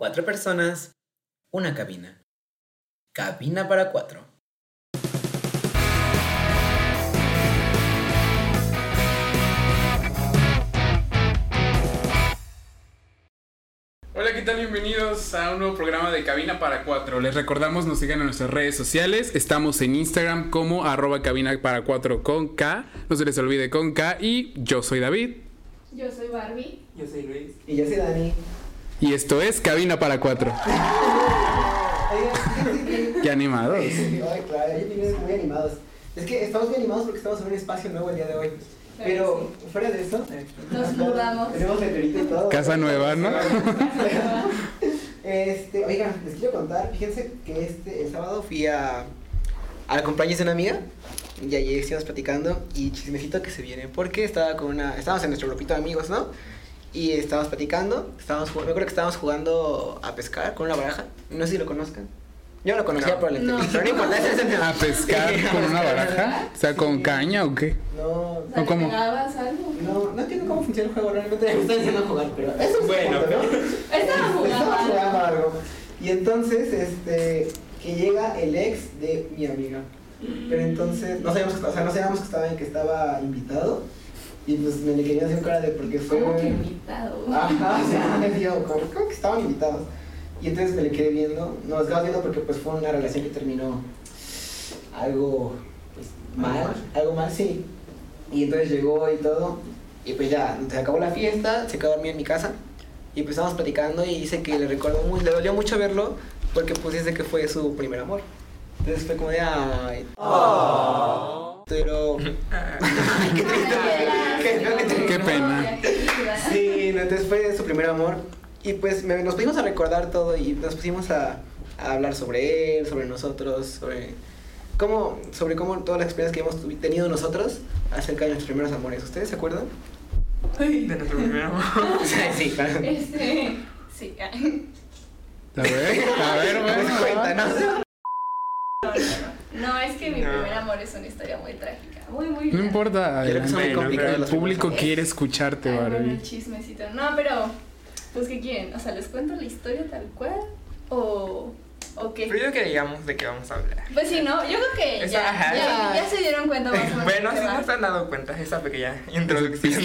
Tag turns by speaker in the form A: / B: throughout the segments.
A: 4 personas, una cabina. Cabina para 4.
B: Hola, ¿qué tal? Bienvenidos a un nuevo programa de Cabina para 4. Les recordamos, nos sigan en nuestras redes sociales. Estamos en Instagram como @cabina para 4 con K. No se les olvide con K. Y yo soy David.
C: Yo soy Barbie.
D: Yo soy Luis.
E: Y yo soy Dani.
B: Y esto es Cabina para 4. ¡Qué animados!
E: Ay, claro, ellos vienen muy animados. Es que estamos muy animados porque estamos en un espacio nuevo el día de hoy. Pero fuera de eso,
C: Nos mudamos.
E: tenemos letrerito y todo.
B: Casa nueva, ¿no?
E: Oigan, les quiero contar, fíjense que el sábado fui a la cumpleaños de una amiga y ayer estuvimos platicando y chismecito que se viene porque estábamos en nuestro grupito de amigos, ¿no? Y estábamos platicando, me acuerdo que estábamos jugando a pescar con una baraja, no sé si lo conozcan. Yo lo conocía por el entrevista, pero no importa, ese es el
B: ¿A pescar con una baraja? O sea, ¿con caña o qué?
E: No,
C: O sea,
B: ¿cómo?
C: ¿le pegabas algo?
E: no entiendo cómo funciona el juego, realmente me estoy enseñando a jugar, pero eso es
D: Bueno,
E: punto, ¿no?
C: Estaba jugando
E: Estaba
C: algo.
E: jugando algo. Y entonces, que llega el ex de mi amiga. Pero entonces, no sabíamos que estaba invitado. Y pues me le quería hacer cara de porque fue.
C: ¿Cómo que invitado?
E: Ajá, o sea, me dio, como que estaban invitados. Y entonces me le quedé viendo, nos quedamos viendo porque pues fue una relación que terminó algo pues, algo mal, sí. Y entonces llegó y todo, y pues ya, se acabó la fiesta, se quedó dormido en mi casa, y pues estábamos platicando y dice que le dolió mucho verlo, porque pues dice que fue su primer amor. Entonces fue como de, ay. Pero... Ay, qué triste.
B: Qué pena.
E: Sí, no, entonces fue su primer amor. Y pues nos pusimos a recordar todo y nos pusimos a hablar sobre él, sobre nosotros, sobre cómo todas las experiencias que hemos tenido nosotros acerca de nuestros primeros amores. ¿Ustedes se acuerdan?
D: De nuestro primer amor.
E: Sí, claro.
C: Sí.
B: A ver, bueno.
E: Cuéntanos.
C: No, es que mi primer amor es una historia muy trágica. Muy
B: No
C: larga.
B: importa,
E: Creo que son muy
B: adelante.
E: complicados
B: El
E: los
B: público
E: primeros
B: quiere escucharte,
C: Ay, bueno,
B: Barbie.
C: el chismecito. No, pero, pues, ¿qué quieren? O sea, ¿les cuento la historia tal cual? ¿O qué?
D: Primero que digamos de qué vamos a hablar.
C: Pues sí, ¿no? Yo creo que
D: Esa, ajá,
C: ya se dieron cuenta más o menos.
D: Bueno,
C: de
D: si
C: qué va.
D: no se han dado cuenta, esa pequeña introducción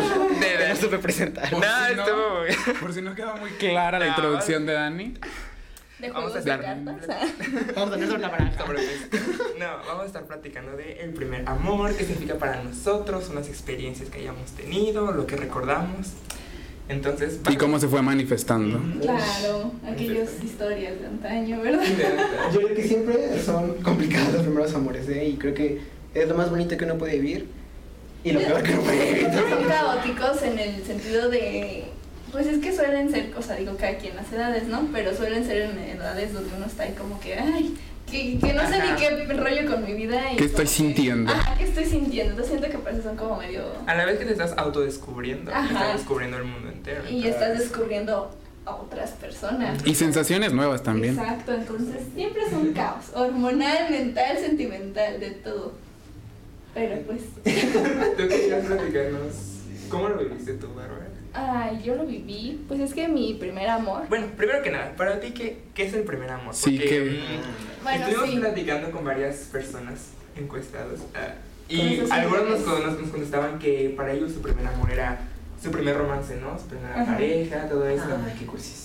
E: No supe presentar.
D: No,
B: si no-
D: estuvo muy...
B: Por si no queda muy clara la
D: No,
B: introducción de Dani.
C: De
D: Vamos
C: juegos
D: a
C: de
D: hablar.
C: cartas.
E: Vamos a tener sobre la baraja.
D: No, vamos a estar platicando de el primer amor, qué significa para nosotros, unas experiencias que hayamos tenido, lo que recordamos. Entonces,
B: Y cómo se fue manifestando.
C: Claro, aquellas historias de antaño, ¿verdad?
E: Yo creo que siempre son complicados los primeros amores, y creo que es lo más bonito que uno puede vivir y lo peor que uno puede vivir.
C: Son caóticos en el sentido de, pues es que suelen ser, o sea, digo, cada quien las edades, ¿no? Pero suelen ser en edades donde uno está ahí como que, ay, que no sé
D: Ajá.
C: ni qué rollo con mi vida. Y
B: ¿Qué estoy
C: como que,
B: sintiendo?
C: ¿qué estoy sintiendo? Entonces siento que por eso son como medio...
D: a la vez que te estás autodescubriendo,
C: Ajá.
D: estás descubriendo el mundo entero.
C: Y estás descubriendo a otras personas.
B: Y sensaciones nuevas también.
C: Exacto, entonces siempre es un caos, hormonal, mental, sentimental, de todo. Pero pues...
D: ¿Tú quisieras platicarnos cómo lo viviste tú, Bárbara?
C: Ay, yo lo viví, pues es que mi primer amor...
D: Bueno, primero que nada, para ti, ¿qué es el primer amor?
B: Sí, que-
C: Bueno,
D: estuvimos
C: sí.
D: platicando con varias personas encuestadas
C: Con
D: y
C: esos
D: algunos
C: seguidores.
D: nos contestaban que para ellos su primer amor era su primer romance, ¿no? Su primera
C: Ajá.
D: pareja, todo eso.
E: Ay, qué cursis.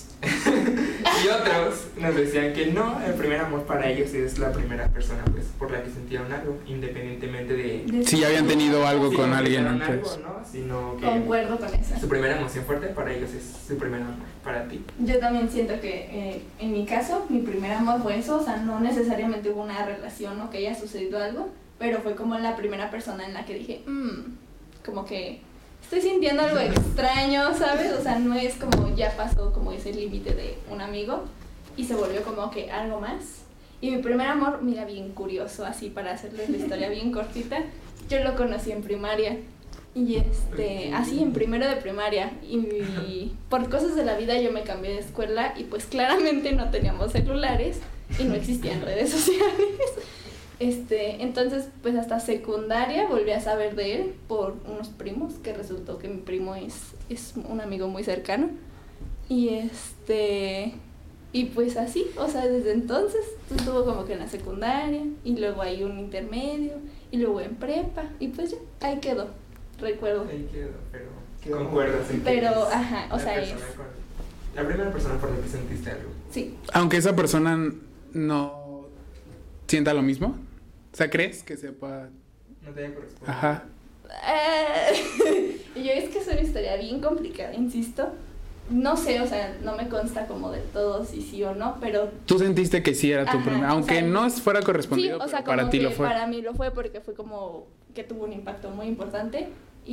D: Y otros nos decían que no, el primer amor para ellos es la primera persona pues por la que sintieron algo, independientemente de
B: Si ya habían tenido algo
D: si
B: con alguien
D: empezaron
B: antes.
D: algo, ¿no? Sino que
C: Concuerdo con esa.
D: su primera emoción fuerte para ellos es su primer amor, para ti.
C: Yo también siento que en mi caso, mi primer amor fue eso, o sea, no necesariamente hubo una relación o que haya sucedido algo, pero fue como la primera persona en la que dije, como que estoy sintiendo algo extraño, ¿sabes? O sea, no es como ya pasó como ese límite de un amigo y se volvió como que algo más. Y mi primer amor, mira, bien curioso, así para hacerles la historia bien cortita, yo lo conocí en primaria. Y así en primero de primaria, y por cosas de la vida yo me cambié de escuela y pues claramente no teníamos celulares y no existían redes sociales. Entonces pues hasta secundaria volví a saber de él por unos primos, que resultó que mi primo es un amigo muy cercano. Y pues así, o sea, desde entonces estuvo como que en la secundaria, y luego hay un intermedio, y luego en prepa, y pues ya, ahí quedó, recuerdo.
D: Ahí quedó, pero concuerdas en que
C: Pero,
D: es
C: ajá, o
D: la
C: sea,
D: persona la primera persona por la que sentiste algo.
C: Sí.
B: Aunque esa persona no sienta lo mismo. O sea, ¿crees que sepa?
D: No te haya correspondido.
B: Ajá.
C: Yo es que es una historia bien complicada, insisto. No sé, o sea, no me consta como del todo si sí o no, pero
B: Tú sentiste que sí era tu
C: Ajá,
B: primer, aunque
C: o sea,
B: no fuera
C: sí,
B: correspondido,
C: o sea,
B: pero para
C: como
B: ti
C: que
B: lo fue.
C: para mí lo fue porque fue como que tuvo un impacto muy importante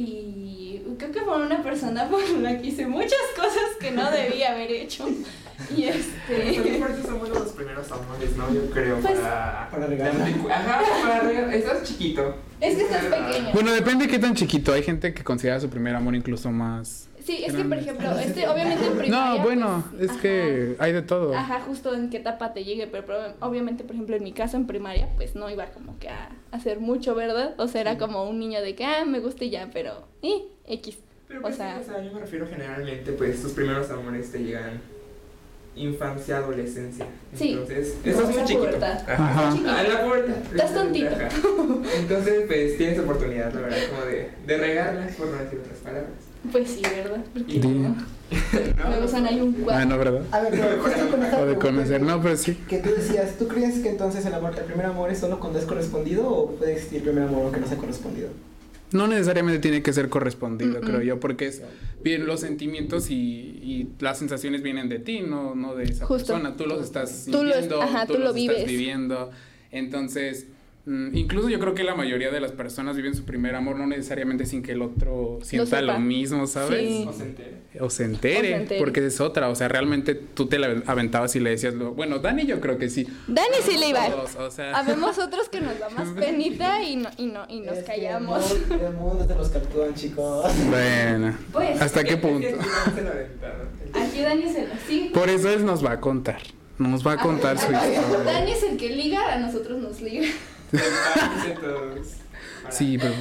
C: y creo que fue una persona por la que hice muchas cosas que no debía haber hecho. Y
D: También por eso somos los primeros amores, ¿no? Yo creo,
C: Pues,
E: para regalar.
D: Ajá, para regalar. Estás chiquito.
C: Es que estás pequeño.
B: Bueno, depende de qué tan chiquito. Hay gente que considera su primer amor incluso más.
C: Sí, es que por
B: grande.
C: ejemplo, obviamente en primaria.
B: No, bueno,
C: pues,
B: es que hay de todo.
C: Ajá, justo en qué etapa te llegue, pero obviamente, por ejemplo, en mi caso en primaria, pues no iba como que a hacer mucho, ¿verdad? O sea, era como un niño de que, me gusta y ya, pero, X.
D: Pero
C: O
D: pues,
C: sea,
D: sí, yo me refiero generalmente, pues, tus primeros amores te llegan infancia, adolescencia.
C: Sí.
D: Entonces,
C: No,
D: estás muy
C: esa
D: chiquito.
C: pubertad.
B: Ajá.
D: En la pubertad.
C: Estás tontito.
D: Ajá. Entonces, pues, tienes oportunidad, la verdad, como de regarlas, por no decir otras palabras.
C: Pues sí, ¿verdad? Porque
B: Di-
C: no. Luego son ahí un cuadro.
B: No, ¿verdad?
E: A ver, pero justo con esta
B: O de
E: pregunta
B: conocer, no, pero sí.
E: que tú decías, ¿tú crees que entonces el primer amor es solo cuando es correspondido o puede existir el primer amor aunque no sea correspondido?
B: No necesariamente tiene que ser correspondido,
C: Mm-mm.
B: creo yo, porque es bien los sentimientos y las sensaciones vienen de ti, no de esa
C: Justo.
B: persona. Tú los estás
C: Tú lo-
B: sintiendo,
C: ajá,
B: tú
C: tú lo
B: los estás
C: vives.
B: viviendo. Entonces, incluso yo creo que la mayoría de las personas viven su primer amor no necesariamente sin que el otro sienta
C: sepa.
B: lo mismo, ¿sabes?
C: Sí.
D: O se entere.
B: O se entere,
C: O se entere.
B: porque es otra. O sea, realmente tú te la aventabas y le decías, bueno, Dani yo creo que sí.
C: Dani sí le iba.
B: Todos, o sea,
C: Habemos otros que nos da más penita y nos
E: Es que
C: callamos.
E: El mundo te los capturan, chicos.
B: bueno,
C: Pues,
B: ¿hasta qué punto?
D: Es que no se lo aventaron.
C: aquí Dani es el sí.
B: Por eso él nos va a contar. Nos va a contar su historia.
C: Dani es el que liga, a nosotros nos liga.
D: Dice todos.
B: Sí, pero-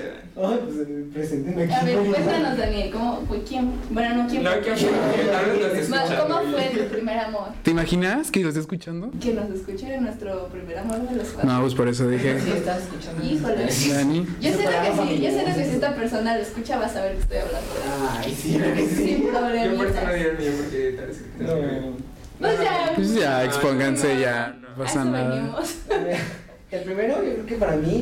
E: Ay, pues presenten aquí.
C: A ver, cuéntanos, Daniel, ¿cómo fue quién? Bueno, no quién
D: No,
C: fue.
D: ¿quién fue? Tal vez nos escuchan.
C: ¿Cómo fue tu primer amor?
B: ¿Te imaginas que lo esté escuchando?
C: Que nos escuche en nuestro primer amor de los cuatro.
B: No, pues por eso dije,
E: Sí, estás escuchando.
C: Híjole.
B: Dani.
C: Yo sé que si esta persona lo escucha va a saber que estoy hablando de él.
E: Ay, sí, creo que sí.
C: Sin
D: Yo por eso no
C: problemitas.
D: di el mío porque tal vez.
E: No.
C: Pues ya.
B: Pues ya, expónganse, ya. No
C: A
B: pasa
C: eso
B: nada.
C: venimos.
E: El primero, yo creo que para mí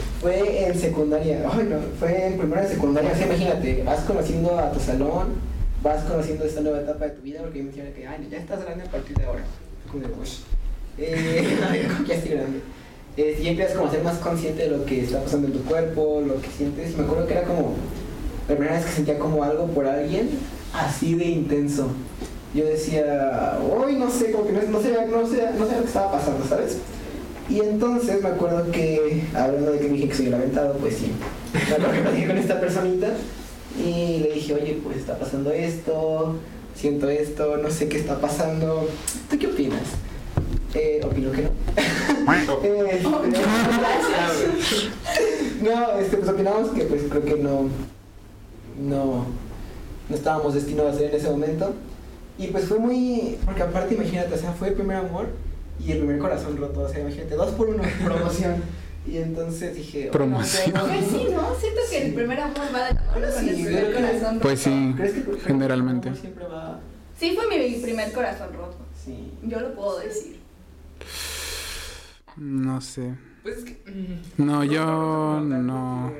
E: fue en secundaria. Ay, no, fue en primero de secundaria. O sea, imagínate, vas conociendo a tu salón, vas conociendo esta nueva etapa de tu vida, porque yo mencioné que, ay, ya estás grande a partir de ahora. Como de, uy. Ya estoy grande. Y empiezas como a ser más consciente de lo que está pasando en tu cuerpo, lo que sientes. Y me acuerdo que era como la primera vez que sentía como algo por alguien, así de intenso. Yo decía, uy, no sé, como que no sé lo que estaba pasando, ¿sabes? Y entonces me acuerdo que, hablando de que me dije que soy el aventado, pues sí, me acuerdo que platiqué con esta personita y le dije, oye, pues está pasando esto, siento esto, no sé qué está pasando, ¿tú qué opinas? Opino que no. Pues opinamos que pues creo que no estábamos destinados a ser en ese momento. Y pues fue muy, porque aparte imagínate, o sea, fue el primer amor y el primer corazón roto, o sea, imagínate, 2 por 1, promoción. Y entonces dije...
B: Promoción.
C: Pues sí, ¿no? Siento que el primer amor va de la mano con
E: Sí,
C: el primer
E: creo que-
C: corazón
B: Pues
C: roto.
B: sí,
E: ¿Crees que el
B: generalmente.
E: amor siempre va...?
C: Sí, fue mi primer corazón roto.
E: Sí.
C: Yo lo puedo decir.
B: No sé.
D: Pues es que.
B: No, yo no.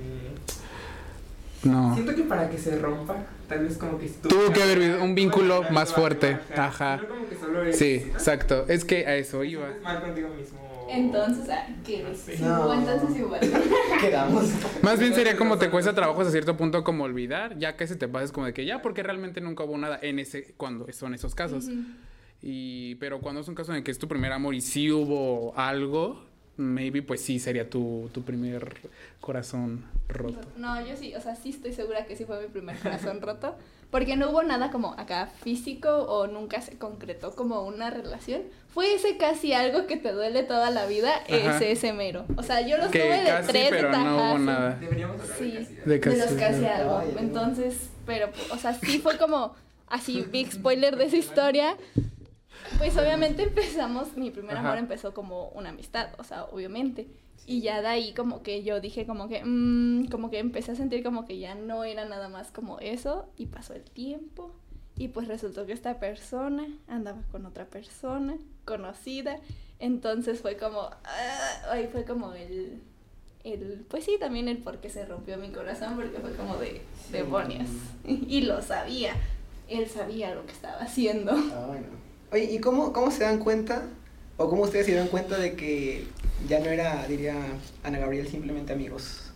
B: No.
D: Siento que para que se rompa, tal vez como que
B: Tuvo que haber un vínculo más fuerte. Ajá.
D: No como que solo es.
B: Sí, exacto. Es que a eso iba.
D: Sientes mal contigo mismo.
C: Entonces, ¿qué
D: No
C: ves?
D: sé.
C: Sí,
E: No.
C: entonces igual.
E: Quedamos.
B: Más bien sería como te cuesta trabajo hasta cierto punto como olvidar, ya que se te pasa es como de que ya, porque realmente nunca hubo nada en ese, cuando son esos casos. Pero cuando es un caso en el que es tu primer amor y sí hubo algo, maybe pues sí sería tu primer corazón roto.
C: No, yo sí, o sea, sí estoy segura que sí fue mi primer corazón roto, porque no hubo nada como acá físico o nunca se concretó como una relación. Fue ese casi algo que te duele toda la vida,
B: Ajá.
C: ese mero. O sea, yo los
B: Que
C: tuve de
B: casi,
C: 3 de
B: pero no hubo
C: tajazo.
B: nada.
D: Deberíamos hablar
C: Sí.
D: de casi.
B: De
C: De los
B: casi.
C: casi algo.
E: Ay, no.
C: Entonces, pero, o sea, sí fue como así, big spoiler de esa historia, pues obviamente mi primer amor
B: Ajá.
C: empezó como una amistad, o sea, obviamente. Y ya de ahí como que yo dije como que empecé a sentir como que ya no era nada más como eso, y pasó el tiempo. Y pues resultó que esta persona andaba con otra persona conocida. Entonces fue como, ahí fue como pues sí, también el por qué se rompió mi corazón, porque fue como de demonios. Y lo sabía, él sabía lo que estaba haciendo.
E: Ah, bueno. Oye, ¿y cómo se dan cuenta, o cómo ustedes se dieron cuenta de que ya no era, diría Ana Gabriel, simplemente amigos?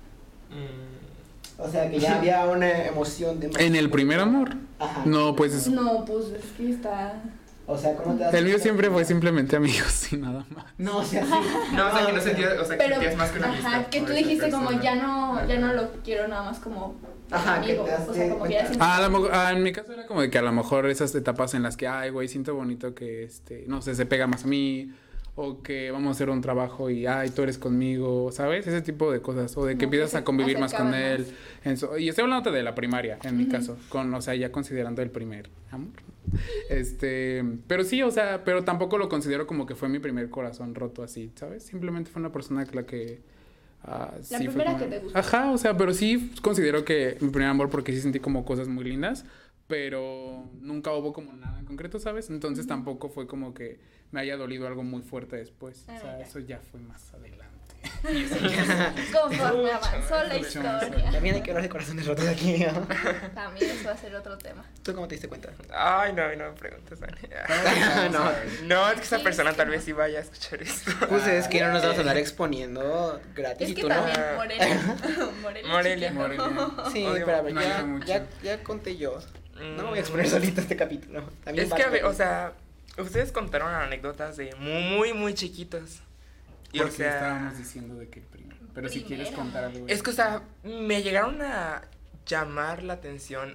E: O sea, que ya había una emoción de...
B: ¿En el primer amor?
E: Ajá.
B: No, pues
C: No, pues es que está...
E: O sea, ¿cómo te das
B: el mío
E: cuenta?
B: siempre fue simplemente amigos y nada más.
E: No, o sea, sí.
D: No, o sea, que no sentías, o sea, que
C: Pero,
D: sentías más que una
C: ajá,
D: amistad
C: que
D: por
C: tú
D: esa
C: dijiste como
D: persona.
C: ya no lo quiero nada más como
E: Ajá, que
C: amigo,
E: te das
C: o sea, como que ya
E: cuenta.
C: siento-
B: A lo mejor, en mi caso era como de que a lo mejor esas etapas en las que, ay, güey, siento bonito que, no sé, se pega más a mí, o que vamos a hacer un trabajo y, ay, tú eres conmigo, ¿sabes? Ese tipo de cosas, o de que
C: Como que
B: empiezas
C: se
B: a convivir más con
C: acercaban
B: él. Y estoy hablando de la primaria, en mi caso, o sea, ya considerando el primer amor. Pero sí, o sea, pero tampoco lo considero como que fue mi primer corazón roto así, ¿sabes? Simplemente fue una persona que la que... sí fue
C: primera
B: como-
C: que te gustó.
B: Ajá, o sea, pero sí considero que mi primer amor, porque sí sentí como cosas muy lindas, pero nunca hubo como nada en concreto, ¿sabes? Entonces tampoco fue como que me haya dolido algo muy fuerte después. O sea,
C: ya.
B: eso ya fue más adelante.
C: Conforme avanzó la
B: Mucho más
C: historia.
E: También hay que hablar de corazones rotos aquí, ¿no?
C: También eso va a ser otro tema.
E: ¿Tú cómo te diste cuenta?
D: Ay, no me preguntes, Dani.
E: No.
D: No, es que esa
C: Sí,
D: persona
C: es que
D: tal
C: no.
D: vez sí vaya a escuchar esto.
E: Pues es que no nos vamos a andar exponiendo gratis
C: Es
E: y
C: que
E: tú no.
C: también Morelia.
D: Morelia.
B: Morelia.
E: Sí,
D: Odio,
E: pero a ver,
B: no ayuda mucho.
E: ya conté yo. No me voy a exponer solito este capítulo. También
D: Es que,
E: va-
D: o sea, ustedes contaron anécdotas de muy, muy chiquitos. Y,
B: Porque
D: o sea,
B: estábamos diciendo de que primero. Pero si quieres
C: Primero.
B: contar algo.
D: es que, o sea, me llegaron a llamar la atención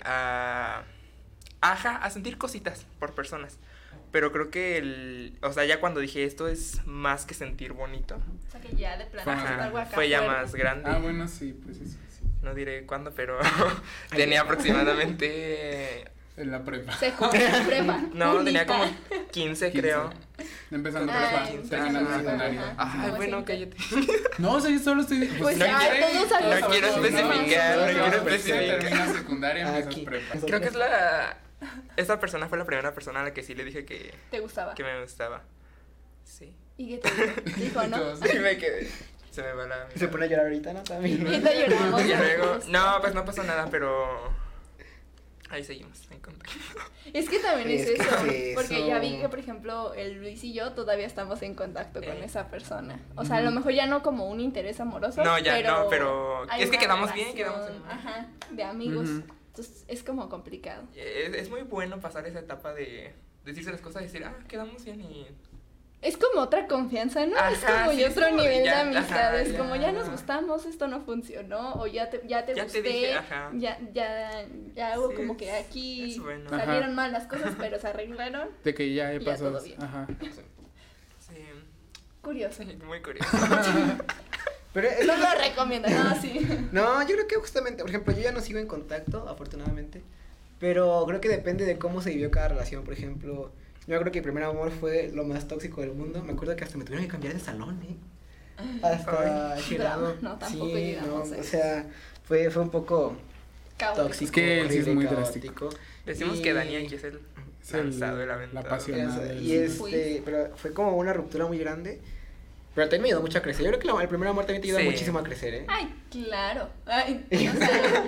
D: a sentir cositas por personas. Pero creo que o sea, ya cuando dije esto es más que sentir bonito.
C: O sea que ya de plano
B: Ajá,
C: fue algo acá
D: fue ya
C: fuerte.
D: más grande.
B: Ah, bueno, sí, pues eso, sí.
D: No diré cuándo, pero tenía aproximadamente...
B: En la prepa.
C: Prepa.
D: No, tenía como
C: Unita.
D: 15,
B: 15.
D: creo.
B: Empezando
C: Ah,
B: prepa,
C: en
B: terminando
C: prepa,
B: secundaria.
C: ajá.
D: Ay,
C: Como
D: bueno,
C: ese
D: cállate.
B: No, o sea, yo solo estoy...
C: Pues
D: no
C: ya,
D: quiero-
C: todos sabemos.
D: no quiero especificar, no quiero especificar.
B: Terminas secundaria, empiezas
E: Aquí.
B: prepa.
D: Creo que esa persona fue la primera persona a la que sí le dije que
C: ¿Te gustaba?
D: me gustaba. Sí.
C: ¿Y qué te dijo? Dijo, ¿no?
B: Todos.
D: Y me quedé. Se me va la...
E: Se pone a llorar ahorita, ¿no? También.
C: Y te lloramos.
D: Y luego... No, pues no pasó nada, pero... Ahí seguimos en contacto.
C: Es que también es,
E: Es que
C: eso,
E: es
C: porque
E: eso.
C: ya vi que, por ejemplo, el Luis y yo todavía estamos en contacto con esa persona. O sea, a lo
B: Ujú.
C: mejor ya no como un interés amoroso,
D: No, ya no, pero
C: hay
D: es que
C: una
D: quedamos bien,
C: relación,
D: quedamos en-
C: Ajá, de amigos.
B: Ujú.
C: Entonces, es como complicado.
D: Es muy bueno pasar esa etapa de decirse las cosas y decir, quedamos bien y...
C: Es como otra confianza, ¿no? es
D: Ajá,
C: como
D: sí,
C: y
D: es
C: otro
D: como de
C: nivel
D: ya,
C: de amistad.
D: ajá,
C: Es
D: ya.
C: como ya nos gustamos, esto no funcionó, o ya te gusté,
D: dije, ajá.
C: ya hago
D: Sí,
C: como que aquí
D: es bueno.
C: salieron
B: Ajá.
C: mal las cosas, pero se arreglaron.
B: De que ya
C: Y ya
B: pasó.
C: todo bien.
B: Ajá.
D: Sí,
C: Curioso.
D: muy curioso.
E: Pero es-
C: No lo recomiendo, no, sí.
E: No, yo creo que justamente, por ejemplo, yo ya no sigo en contacto, afortunadamente. Pero creo que depende de cómo se vivió cada relación. Por ejemplo, yo creo que mi primer amor fue lo más tóxico del mundo. Me acuerdo que hasta me tuvieron que cambiar de salón, Hasta ese grado.
C: No, tampoco
E: Sí,
C: llegamos
E: no,
C: a
E: o
C: eso.
E: sea, fue un poco
C: Caótico.
E: tóxico.
B: Es que él sí es
E: horrible,
B: muy
E: caótico.
D: Decimos
E: Y-
D: que Dani aquí es el
B: Es el-
D: lanzado, el
B: la
D: aventado.
B: pasión.
E: Y
C: Sí.
E: pero fue como una ruptura muy grande. Pero también me ayudó mucho a crecer. Yo creo que el primer amor también te ayuda
D: Sí.
E: muchísimo a crecer,
C: Ay, claro. Ay, o sea,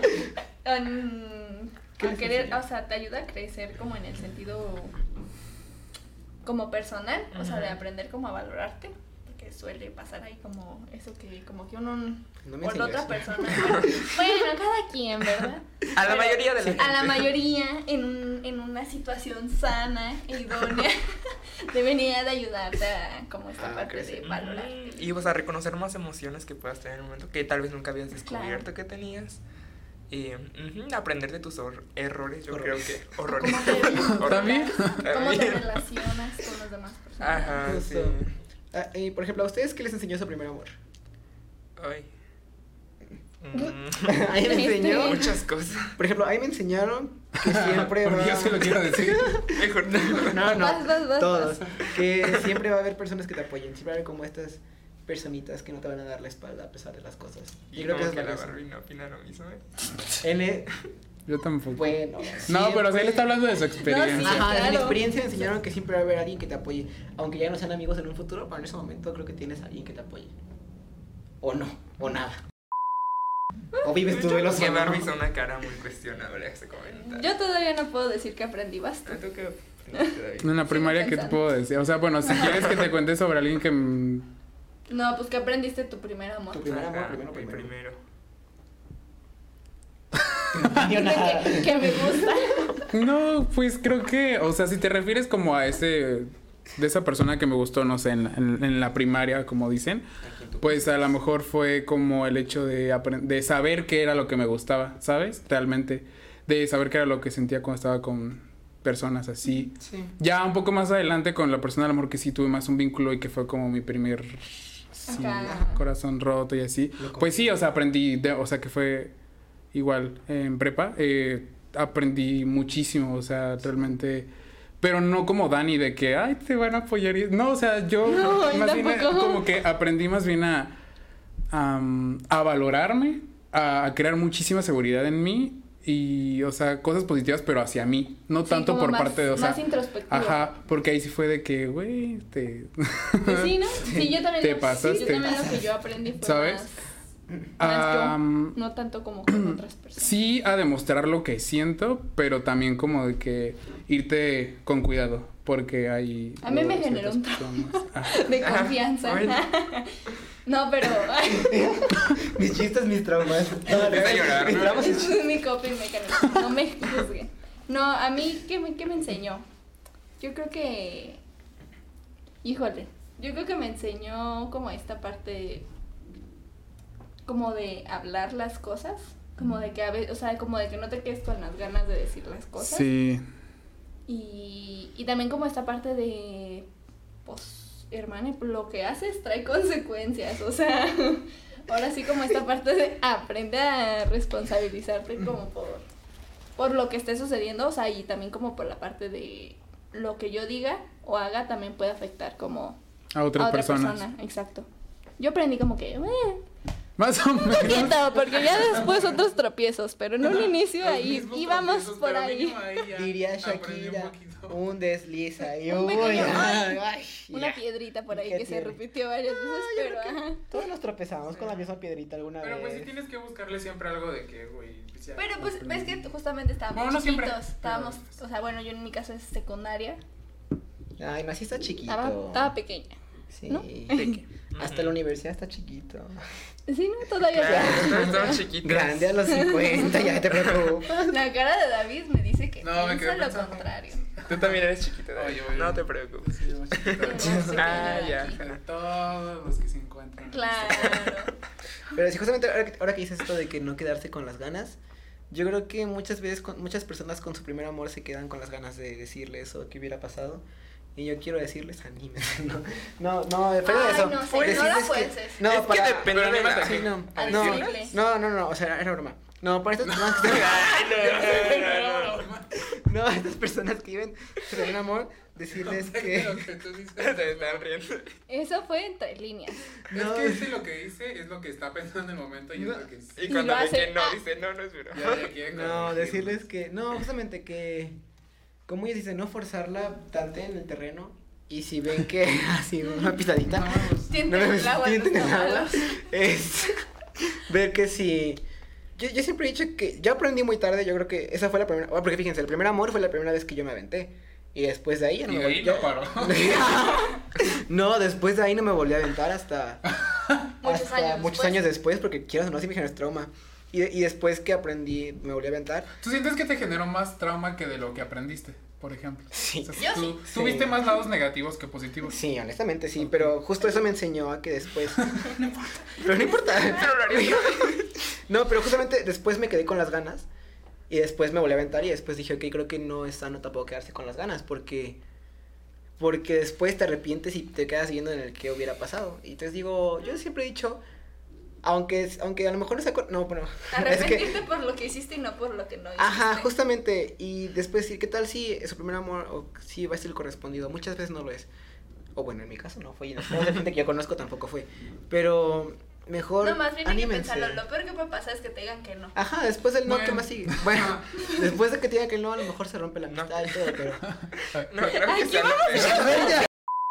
E: ¿Qué
C: a
E: les
C: querer,
E: enseñó?
C: o sea, te ayuda a crecer como en el sentido como personal, o sea, de
D: Ujú.
C: aprender como a valorarte, porque suele pasar ahí como eso que como que uno
E: No me
C: por
E: enseñó
C: otra
E: eso.
C: persona. Bueno, cada quien, ¿verdad?
D: A la
C: Pero
D: mayoría de la gente.
C: a la mayoría en una situación sana e idónea debería de ayudarte a como esta parte de
E: crecer.
C: valorar.
D: Y vas a reconocer más emociones que puedas tener en un momento que tal vez nunca habías descubierto que tenías. Y aprender de tus errores, yo creo que horrores.
C: ¿Cómo te vinculas?
B: ¿También?
C: ¿Cómo te
D: También.
C: relacionas con las demás personas?
D: Ajá, sí.
E: Justo. Y por ejemplo, ¿a ustedes qué les enseñó su primer amor?
D: Ay.
E: A mí me enseñó.
D: Muchas cosas.
E: Por ejemplo, a mí me enseñaron que siempre
B: Porque
E: va...
B: yo se lo quiero decir.
D: Mejor no.
E: No,
C: Vas.
E: todos. Que siempre va a haber personas que te apoyen. Siempre va a haber como estas personitas que no te van a dar la espalda a pesar de las cosas.
D: Y
E: Yo creo que
D: como
E: eso
D: que
E: es
D: la
E: la cosa.
D: Barbie no opina lo mismo,
B: Yo tampoco.
E: Bueno,
B: No, pero o sea, él está hablando de su experiencia.
C: sí.
E: Ajá, en mi
C: Claro.
E: experiencia me enseñaron que siempre va a haber alguien que te apoye. Aunque ya no sean amigos en un futuro, pero en ese momento creo que tienes a alguien que te apoye. O no, o nada. O vives tu duelo
D: Que
E: solo.
D: Barbie hizo una cara muy cuestionable a ese comentario.
C: Yo todavía no puedo decir que aprendí
D: Ah,
C: bastante.
D: ¿tú qué opinas, David?
B: En la primaria, ¿qué te
C: pensando.
B: puedo decir? O sea, bueno, si quieres que te cuente sobre alguien que...
C: No, pues que aprendiste tu primer amor.
E: Tu primer amor,
D: Ajá,
E: primero.
D: el primero.
E: Yo nada.
C: que me gusta.
B: No, pues creo que, o sea, si te refieres como a ese, de esa persona que me gustó, no sé, en la primaria, como dicen, pues a lo mejor fue como el hecho de saber qué era lo que me gustaba, ¿sabes? Realmente, de saber qué era lo que sentía cuando estaba con personas así.
E: Sí.
B: Ya un poco más adelante con la persona, a lo mejor que sí tuve más un vínculo y que fue como mi primer sí,
C: Ajá.
B: corazón roto y así. Pues sí, o sea, aprendí, o sea, que fue igual en prepa, aprendí muchísimo, o sea, realmente, pero no como Dani de que, ay, te van a apoyar. No, o sea, yo
C: No,
B: más bien
C: tampoco.
B: como que aprendí más bien a valorarme, a crear muchísima seguridad en mí y, o sea, cosas positivas, pero hacia mí, no
C: Sí,
B: tanto
C: como
B: por
C: más-
B: parte de, o sea,
C: más introspectivo.
B: ajá, porque ahí sí fue de que, güey,
C: Pues sí, ¿no? Sí, yo también.
B: Te
C: lo-
B: pasaste.
C: Yo también lo que yo aprendí fue
B: ¿Sabes?
C: más yo,
B: Am,
C: no tanto como con otras personas.
B: Sí, a demostrar lo que siento, pero también como de que irte con cuidado, porque hay...
C: A mí me
B: luego
C: generó un
B: ciertas
C: trauma.
B: personas.
C: De
D: Ajá,
C: confianza.
D: bueno.
C: No, pero
E: Mis chistes, mis traumas.
D: Empieza a llorar,
E: Mis
D: ¿no?
E: traumas.
C: es mi coping mechanism. No me juzguen. No, a mí, ¿qué me enseñó? Yo creo que... Híjole. Yo creo que me enseñó como esta parte... Como de hablar las cosas. Como de que a veces... O sea, como de que no te quedes con las ganas de decir las cosas.
B: Sí,
C: Y también como esta parte de, pues, hermano, lo que haces trae consecuencias, o sea, ahora sí como esta parte de aprende a responsabilizarte como por lo que esté sucediendo, o sea, y también como por la parte de lo que yo diga o haga también puede afectar como
B: a otras
C: a otra
B: personas.
C: persona, exacto. Yo aprendí como que,
B: Más o menos.
C: poquito, porque ya después otros tropiezos, pero en un inicio ahí íbamos por ahí.
E: Diría Shakira, un desliz ahí.
C: Un
E: Uy,
C: pequeño,
E: ay,
C: ay,
E: ay,
C: Una
E: ya.
C: piedrita por ahí
E: ¿Qué
C: que se
E: tiene?
C: repitió varias veces, pero ajá.
E: Todos nos tropezamos con la misma piedrita alguna
B: Pero pues sí
E: vez.
B: tienes que buscarle siempre algo de que, güey. ya
C: Pero pues ves
B: aprendí.
C: que justamente estábamos
B: Bueno, no siempre,
C: chiquitos, estábamos,
B: pero-
C: o sea, bueno, yo en mi caso es secundaria,
E: Ay, no, sí está chiquito.
C: estaba pequeña.
E: Sí.
C: ¿no?
E: Hasta la universidad está chiquito.
C: Sí, no, todavía
D: Claro, estaba chiquito.
E: Grande a los 50, ya te preocupas.
C: La cara de David me dice que
B: No, me quedé
C: piensa lo
B: pensando.
C: contrario.
D: Tú también eres chiquito, David.
B: Oye.
D: No te preocupes.
B: Sí, más chiquito.
D: Ah, ya.
B: De todos los que se encuentran.
C: Claro.
E: Pero sí, justamente ahora que dices esto de que no quedarse con las ganas, yo creo que muchas veces muchas personas con su primer amor se quedan con las ganas de decirle eso que hubiera pasado. Y yo quiero decirles, anímense, no, fuera de
C: Ay,
E: eso.
C: no sé, no la
E: decirles
C: fuerces.
E: no,
D: Es que
E: para,
D: depende
B: pero
D: de la...
B: anímate.
E: sí, no,
C: A
E: no,
C: decirles.
E: no, o sea, era broma. No, para estas personas que no, estas personas que viven su primer amor, decirles que
B: Lo que tú dices.
D: Se están riendo.
C: Eso fue entre líneas.
E: no,
B: Es que este lo que dice es lo que está pensando en el momento y es lo que
D: Y
C: Y
D: cuando
C: lo
D: ve
C: hace-
D: que no,
C: ah.
D: dice, no, no es verdad.
B: ya quiere
E: no,
B: corregirlo.
E: decirles que, no, justamente que, como ellos dicen, no forzarla tanto en el terreno. Y si ven que así una pisadita,
B: No, pues,
C: Sienten
E: no me
C: el agua.
E: sienten
C: en
E: el
C: tus
E: agua,
C: manos.
E: es ver que si... Yo siempre he dicho que yo aprendí muy tarde, yo creo que esa fue la primera... Porque fíjense, el primer amor fue la primera vez que yo me aventé. Y después de ahí ya no
B: Y
E: me
B: de ahí
E: volví...
B: no paró.
E: No, después de ahí no me volví a aventar hasta...
C: Muchos años
E: años después, porque quieras o no, sí me generó trauma. Y después que aprendí, me volví a aventar.
B: ¿Tú sientes que te generó más trauma que de lo que aprendiste, por ejemplo?
E: Sí.
B: O sea,
C: Yo
B: tú
C: sí.
B: tuviste
E: Sí.
B: más lados negativos que positivos.
E: Sí, honestamente sí, pero justo eso me enseñó a que después... Pero no importa.
D: Pero lo haría.
E: No, pero justamente después me quedé con las ganas y después me volví a aventar y después dije, ok, creo que no es sano tampoco quedarse con las ganas porque después te arrepientes y te quedas viendo en el que hubiera pasado. Y entonces digo, yo siempre he dicho, Aunque a lo mejor no sea... No, bueno.
C: Arrepentirte por lo que hiciste y no por lo que no hiciste.
E: Ajá, justamente. Y después decir, ¿qué tal si su primer amor o si va a ser el correspondido? Muchas veces no lo es. O bueno, en mi caso no fue. Y en la gente que yo conozco tampoco fue. Pero mejor
C: No, más bien hay que
E: anímense.
C: pensarlo. Lo peor que puede pasar es que te digan que no.
E: Ajá, después del no, ¿qué
B: Bueno.
E: más sigue? Bueno, después de que te digan que no, a lo mejor se rompe la amistad y todo, pero...
D: No, creo
C: Ay,
D: que
C: ¿qué
D: sea lo
C: vamos a
D: peor.
E: A ver, ya.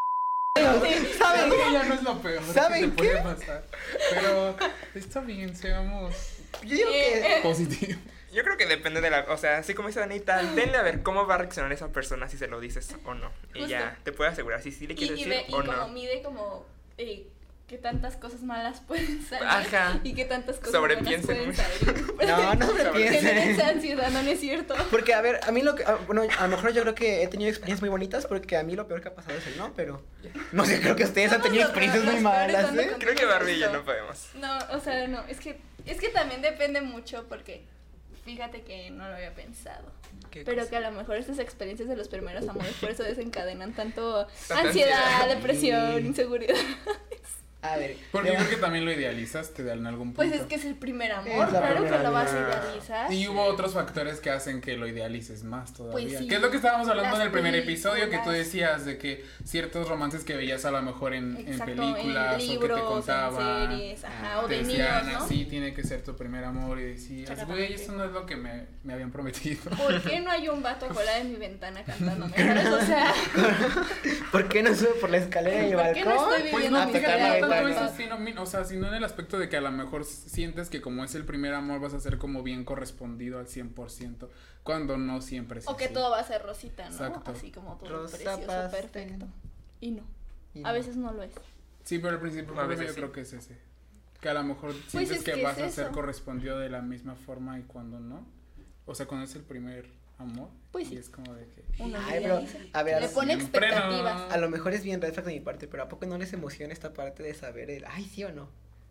B: ¿Saben que ya no es lo peor
E: ¿Saben
B: que te puede pasar? Pero está bien, seamos
E: Yo digo que...
B: positivos.
D: Yo creo que depende de la, o sea, así como dice Danita, denle a ver cómo va a reaccionar esa persona si se lo dices o no. Y
C: Justo.
D: ya, te puede asegurar si sí le
C: Y,
D: quieres
C: y,
D: decir
C: ve, y
D: o
C: como
D: no.
C: mide como qué tantas cosas malas pueden salir.
D: Ajá.
C: Y qué tantas cosas
D: Sobrepiensen
C: buenas pueden
D: mucho.
C: salir.
E: No, no
C: Genera
E: piensen.
C: esa ansiedad, no es cierto.
E: Porque, a ver, a mí lo que... Bueno, a lo mejor yo creo que he tenido experiencias muy bonitas porque a mí lo peor que ha pasado es el no, pero... No sé, creo que ustedes han
C: Somos
E: tenido
C: los
E: experiencias muy
C: peores
E: malas,
C: dando
E: ¿eh?
C: con-
D: Creo que Barbie y yo no podemos.
C: No, o sea, no, es que también depende mucho porque fíjate que no lo había pensado.
D: ¿Qué
C: Pero
D: cosa?
C: que a lo mejor estas experiencias de los primeros amores por eso desencadenan tanto
D: Tanta
C: ansiedad,
D: ansiedad.
C: depresión,
E: Sí.
C: inseguridad.
E: A ver...
B: Porque yo
E: ya-
B: creo que también lo idealizaste en algún punto.
C: Pues es que es el primer amor,
E: Es la
C: claro que
E: primera
C: lo vas a
D: vez.
C: idealizar.
B: Y hubo otros factores que hacen que lo idealices más todavía.
C: Pues sí.
B: Que es lo que estábamos hablando
C: Las
B: en el primer episodio, que tú
C: películas.
B: decías de que ciertos romances que veías a lo mejor en
C: Exacto,
B: películas
C: en
B: o que te
C: libros,
B: contaban.
C: en series, ajá, o
B: Te
C: de
B: decían,
C: niños, ¿no?
B: así tiene que ser tu primer amor. Y decías, güey,
C: Exactamente.
B: eso no es lo que me habían prometido.
C: ¿Por qué no hay un vato afuera de mi ventana cantándome? ¿Sabes? O sea,
E: ¿Por qué no sube por la escalera y el
C: ¿por qué no
E: balcón?
C: estoy
B: Pues
C: viviendo
B: no,
C: mi
B: fíjate,
E: tocar la
B: no tanto
E: ventana.
B: eso, sino, o sea, sino en el aspecto de que a lo mejor sientes que como es el primer amor vas a ser como bien correspondido al 100%, cuando no siempre es
C: o que
B: así.
C: todo va a ser rosita, ¿no?
B: Exacto.
C: Así como todo
E: Rosa
C: precioso,
E: pastel.
C: perfecto. Y no.
E: Y
C: A
E: no.
C: veces no lo es.
B: Sí, pero al principio
D: A veces
B: yo
D: sí.
B: creo que es ese. Que a lo mejor sientes
C: es
B: que
C: que
B: vas
C: es
B: a ser
C: eso.
B: correspondido de la misma forma y cuando no. O sea, cuando es el primer amor.
C: Pues
B: y
C: sí.
B: es como de que...
C: Uno
E: Ay, pero,
C: idealiza.
E: a ver,
C: Le pone
B: siempre no.
C: expectativas.
E: A lo mejor es bien red flag de mi parte, pero ¿a poco no les emociona esta parte de saber el, ay, sí o no?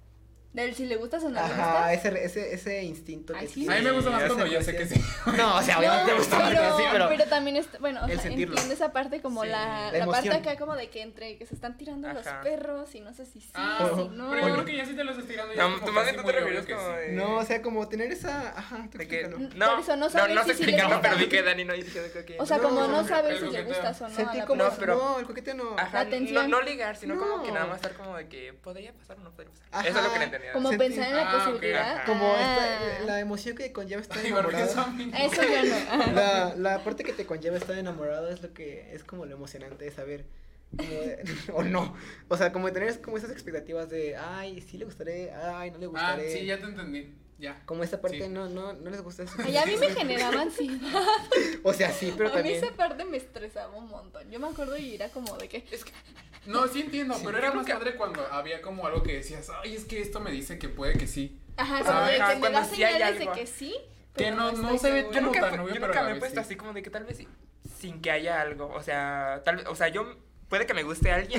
C: Del si le gustas o no le
E: Ajá,
C: gustas.
E: ese instinto
C: Ay,
E: que
C: sí.
B: A mí me gusta más
E: esa
B: cuando ya sé que sí.
E: No, o sea, obviamente me gusta más que sí, pero...
C: también bueno, o
E: el
C: sea,
E: sentirlo.
C: entiendo esa parte como
D: Sí,
C: la
E: la
C: parte
E: emoción.
C: acá como de que entre que se están tirando los
D: Ajá.
C: perros y no sé si sí,
B: Ah,
C: si no.
B: pero yo creo que ya sí te lo estás tirando. ya
D: No,
B: es
D: tú
B: como
D: más bien
B: casi
D: tú te
B: muy obvio
D: refieres
B: que
D: como
B: sí.
D: de...
E: No, o sea, como tener esa... Ajá, tú
D: de que...
E: explícalo.
D: No,
C: Por eso no
D: no,
C: sabes
D: no
C: si
D: sé
C: sí le
D: explicarlo,
C: gusta.
D: pero vi que Dani no dijo de que...
C: O sea,
E: No,
C: como no
E: el
C: sabes si le
B: coqueteo.
C: gustas o no a
E: Sentí
C: la
E: como...
D: No,
C: persona.
D: pero-
E: No, el coqueteo no.
D: Ajá,
C: La atención.
D: no ligar, sino como que
E: No.
D: nada más estar como de que podría pasar o no podría pasar.
E: Ajá.
D: Eso es lo que le entendía.
C: Como
E: Sentí-
C: pensar en la
B: Ah, ok.
C: posibilidad.
D: Ajá.
E: Como
C: Ah.
E: la emoción que conlleva estar
B: Ay, porque eso
E: enamorado.
B: a mí no.
C: Eso yo no. Ajá.
E: La parte que te conlleva estar enamorado es lo que es como lo emocionante de saber como o no, o sea, como de tener como esas expectativas de ay, sí le gustaré, ay, no le
B: Ah,
E: gustaré.
B: sí, ya te entendí. Ya.
E: Como esa parte
B: Sí.
E: no les gusta eso.
C: Ay, a mí me generaba ansiedad.
E: O sea, sí, pero
C: A mí
E: también
C: esa parte me estresaba un montón. Yo me acuerdo y era como de que.
D: Es que
B: No, sí entiendo, pero era
D: creo
B: más
D: que-
B: padre cuando había como algo que decías, ay, es que esto me dice que puede que sí.
C: Ajá,
B: O
C: como
B: sea,
C: de
D: ajá,
C: que me
D: cuando
C: da
D: sí hay
C: señales de
D: algo.
C: que sí.
B: Que
C: pero
B: no
C: estoy
B: se ve
C: segura.
D: yo nunca,
B: tan obvio,
D: yo
B: pero
D: nunca
B: a
D: me he
B: veces
D: puesto
B: sí.
D: así como de que tal vez sí, sin que haya algo, o sea, tal vez, o sea, yo puede que me guste alguien,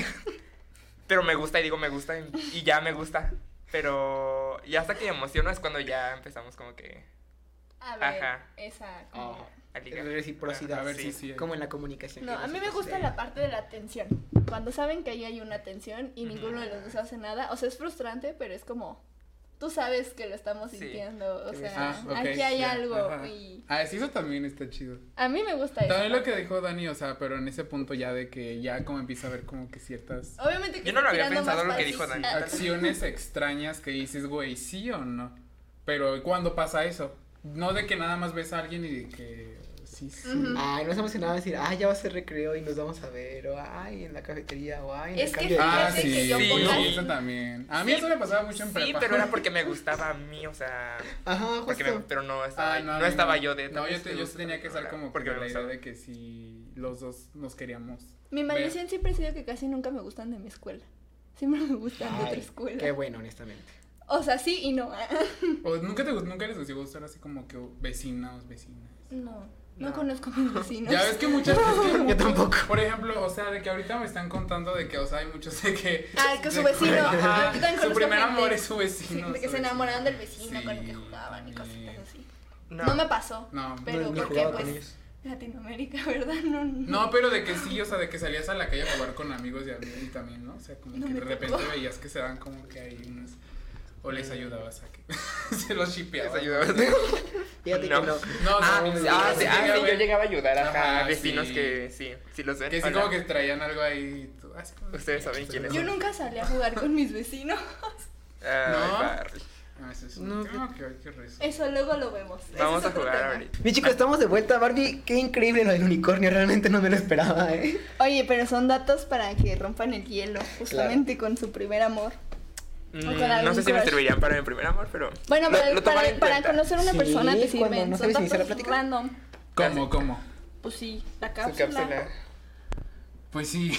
D: pero me gusta y digo me gusta y ya me gusta, pero ya hasta que me emociono es cuando ya empezamos como que
C: A ver,
D: Ajá.
C: esa. como-
D: a ligar.
E: reciprocidad,
B: A ver
D: Sí.
B: si sí.
E: como en la comunicación.
C: No,
E: que
C: a mí me gusta la parte de la atención. Cuando saben que ahí hay una tensión y ninguno de los dos hace nada. O sea, es frustrante, pero es como. Tú sabes que lo estamos
D: Sí.
C: sintiendo. O
E: Sí,
C: sea,
B: Ah, ok,
C: aquí hay
B: ya,
C: algo.
B: ajá.
C: Y
B: Ah, sí, eso también está chido.
C: a mí me gusta eso.
B: También lo que dijo Dani, o sea, pero en ese punto ya de que ya como empieza a ver como que ciertas
C: Obviamente que
D: Yo no lo
C: estoy
D: había
C: tirando
D: pensado
C: más
D: lo que
C: fácil.
D: dijo Dani.
B: acciones extrañas que dices, güey, sí o no. Pero ¿cuándo pasa eso? No de que nada más ves a alguien y de que sí, sí.
C: Ujú.
E: Ay, no es emocionado decir, ay, ya va a ser recreo y nos vamos a ver, o ay, en la cafetería, o ay, en
C: Es
E: el
C: que
E: cambio de
B: Ah,
C: Fíjate
B: sí,
C: que yo
B: sí,
C: ponga-
B: eso también. A mí
D: Sí,
B: eso me pasaba mucho en
D: Sí,
B: prepa.
D: pero era porque me gustaba a mí, o sea,
E: Ajá,
D: porque
E: justo.
D: pero no estaba,
B: Ah,
D: no
B: no,
D: estaba yo de
B: No,
D: tal vez te
B: yo
D: gusta,
B: tenía que
D: pero
B: estar
D: era
B: como
D: porque
B: que
D: me
B: la idea
D: gustaba.
B: de que si los dos nos queríamos.
C: Mi
B: ver.
C: maldición siempre ha sido que casi nunca me gustan de mi escuela. Siempre me gustan de otra
E: Ay,
C: escuela.
E: qué bueno, honestamente.
C: O sea, sí y no.
B: ¿O nunca les gustó gustar así como que vecinas?
C: No, no
D: No.
C: conozco a mis vecinos.
B: Ya ves que muchas veces
E: Yo tampoco.
B: Por ejemplo, o sea, de que ahorita me están contando de que, o sea, hay muchos de que
C: Ah, que su
B: de-
C: vecino.
B: Ajá,
C: Yo también
B: su
C: conozco
B: primer
C: gente.
B: amor es su
C: Sí,
B: vecino.
C: de que
B: su
C: se enamoraron del
B: vecino.
C: vecino con el que
B: Sí,
C: jugaban y
B: también.
C: cositas así.
D: No.
C: No me pasó.
B: No.
C: Pero
E: Ni
C: porque
E: jugaba con
C: pues
E: ellos.
C: Latinoamérica, ¿verdad? No.
B: No, pero de que sí, o sea, de que salías a la calle a jugar con amigos y también, ¿no? O sea, como
C: No
B: que
C: me
B: de repente
C: tocó.
B: veías que se dan como que hay unos... ¿O les ayudabas a que se los shipeabas?
D: ¿Les ayudabas?
E: Fíjate
D: No.
E: que no.
B: No,
D: Sí, yo llegaba a ayudar
B: Ajá,
D: a vecinos
B: sí.
D: que sí los ven.
B: Que sí
D: Hola.
B: como que traían algo ahí. Así como
D: Ustedes saben quiénes
C: Yo
D: son.
C: nunca salí a jugar con mis vecinos.
D: Ay,
B: ¿No?
D: Barry.
B: No, eso es
E: No,
B: un tema que hay que resolver.
C: Eso luego lo vemos. Ese
D: Vamos
C: es
D: a
C: otro
D: jugar
C: tema.
D: ahorita.
E: Bien, chicos, estamos de vuelta. Barbie, qué increíble lo del unicornio. Realmente no me lo esperaba, ¿eh?
C: Oye, pero son datos para que rompan el hielo, justamente con su primer amor. con
D: No
C: algún
D: sé si me
C: crush.
D: servirían para mi primer amor, pero.
C: Bueno,
D: lo tomaré en
C: para
D: cuenta.
C: conocer a una
E: Sí,
C: persona te
E: cuando
C: sirven.
E: no
C: Son
E: sabes iniciar la
C: datos
E: plática.
C: random.
B: ¿Cómo?
C: Pues sí, la
D: Su
C: cápsula.
D: cápsula.
B: Pues sí.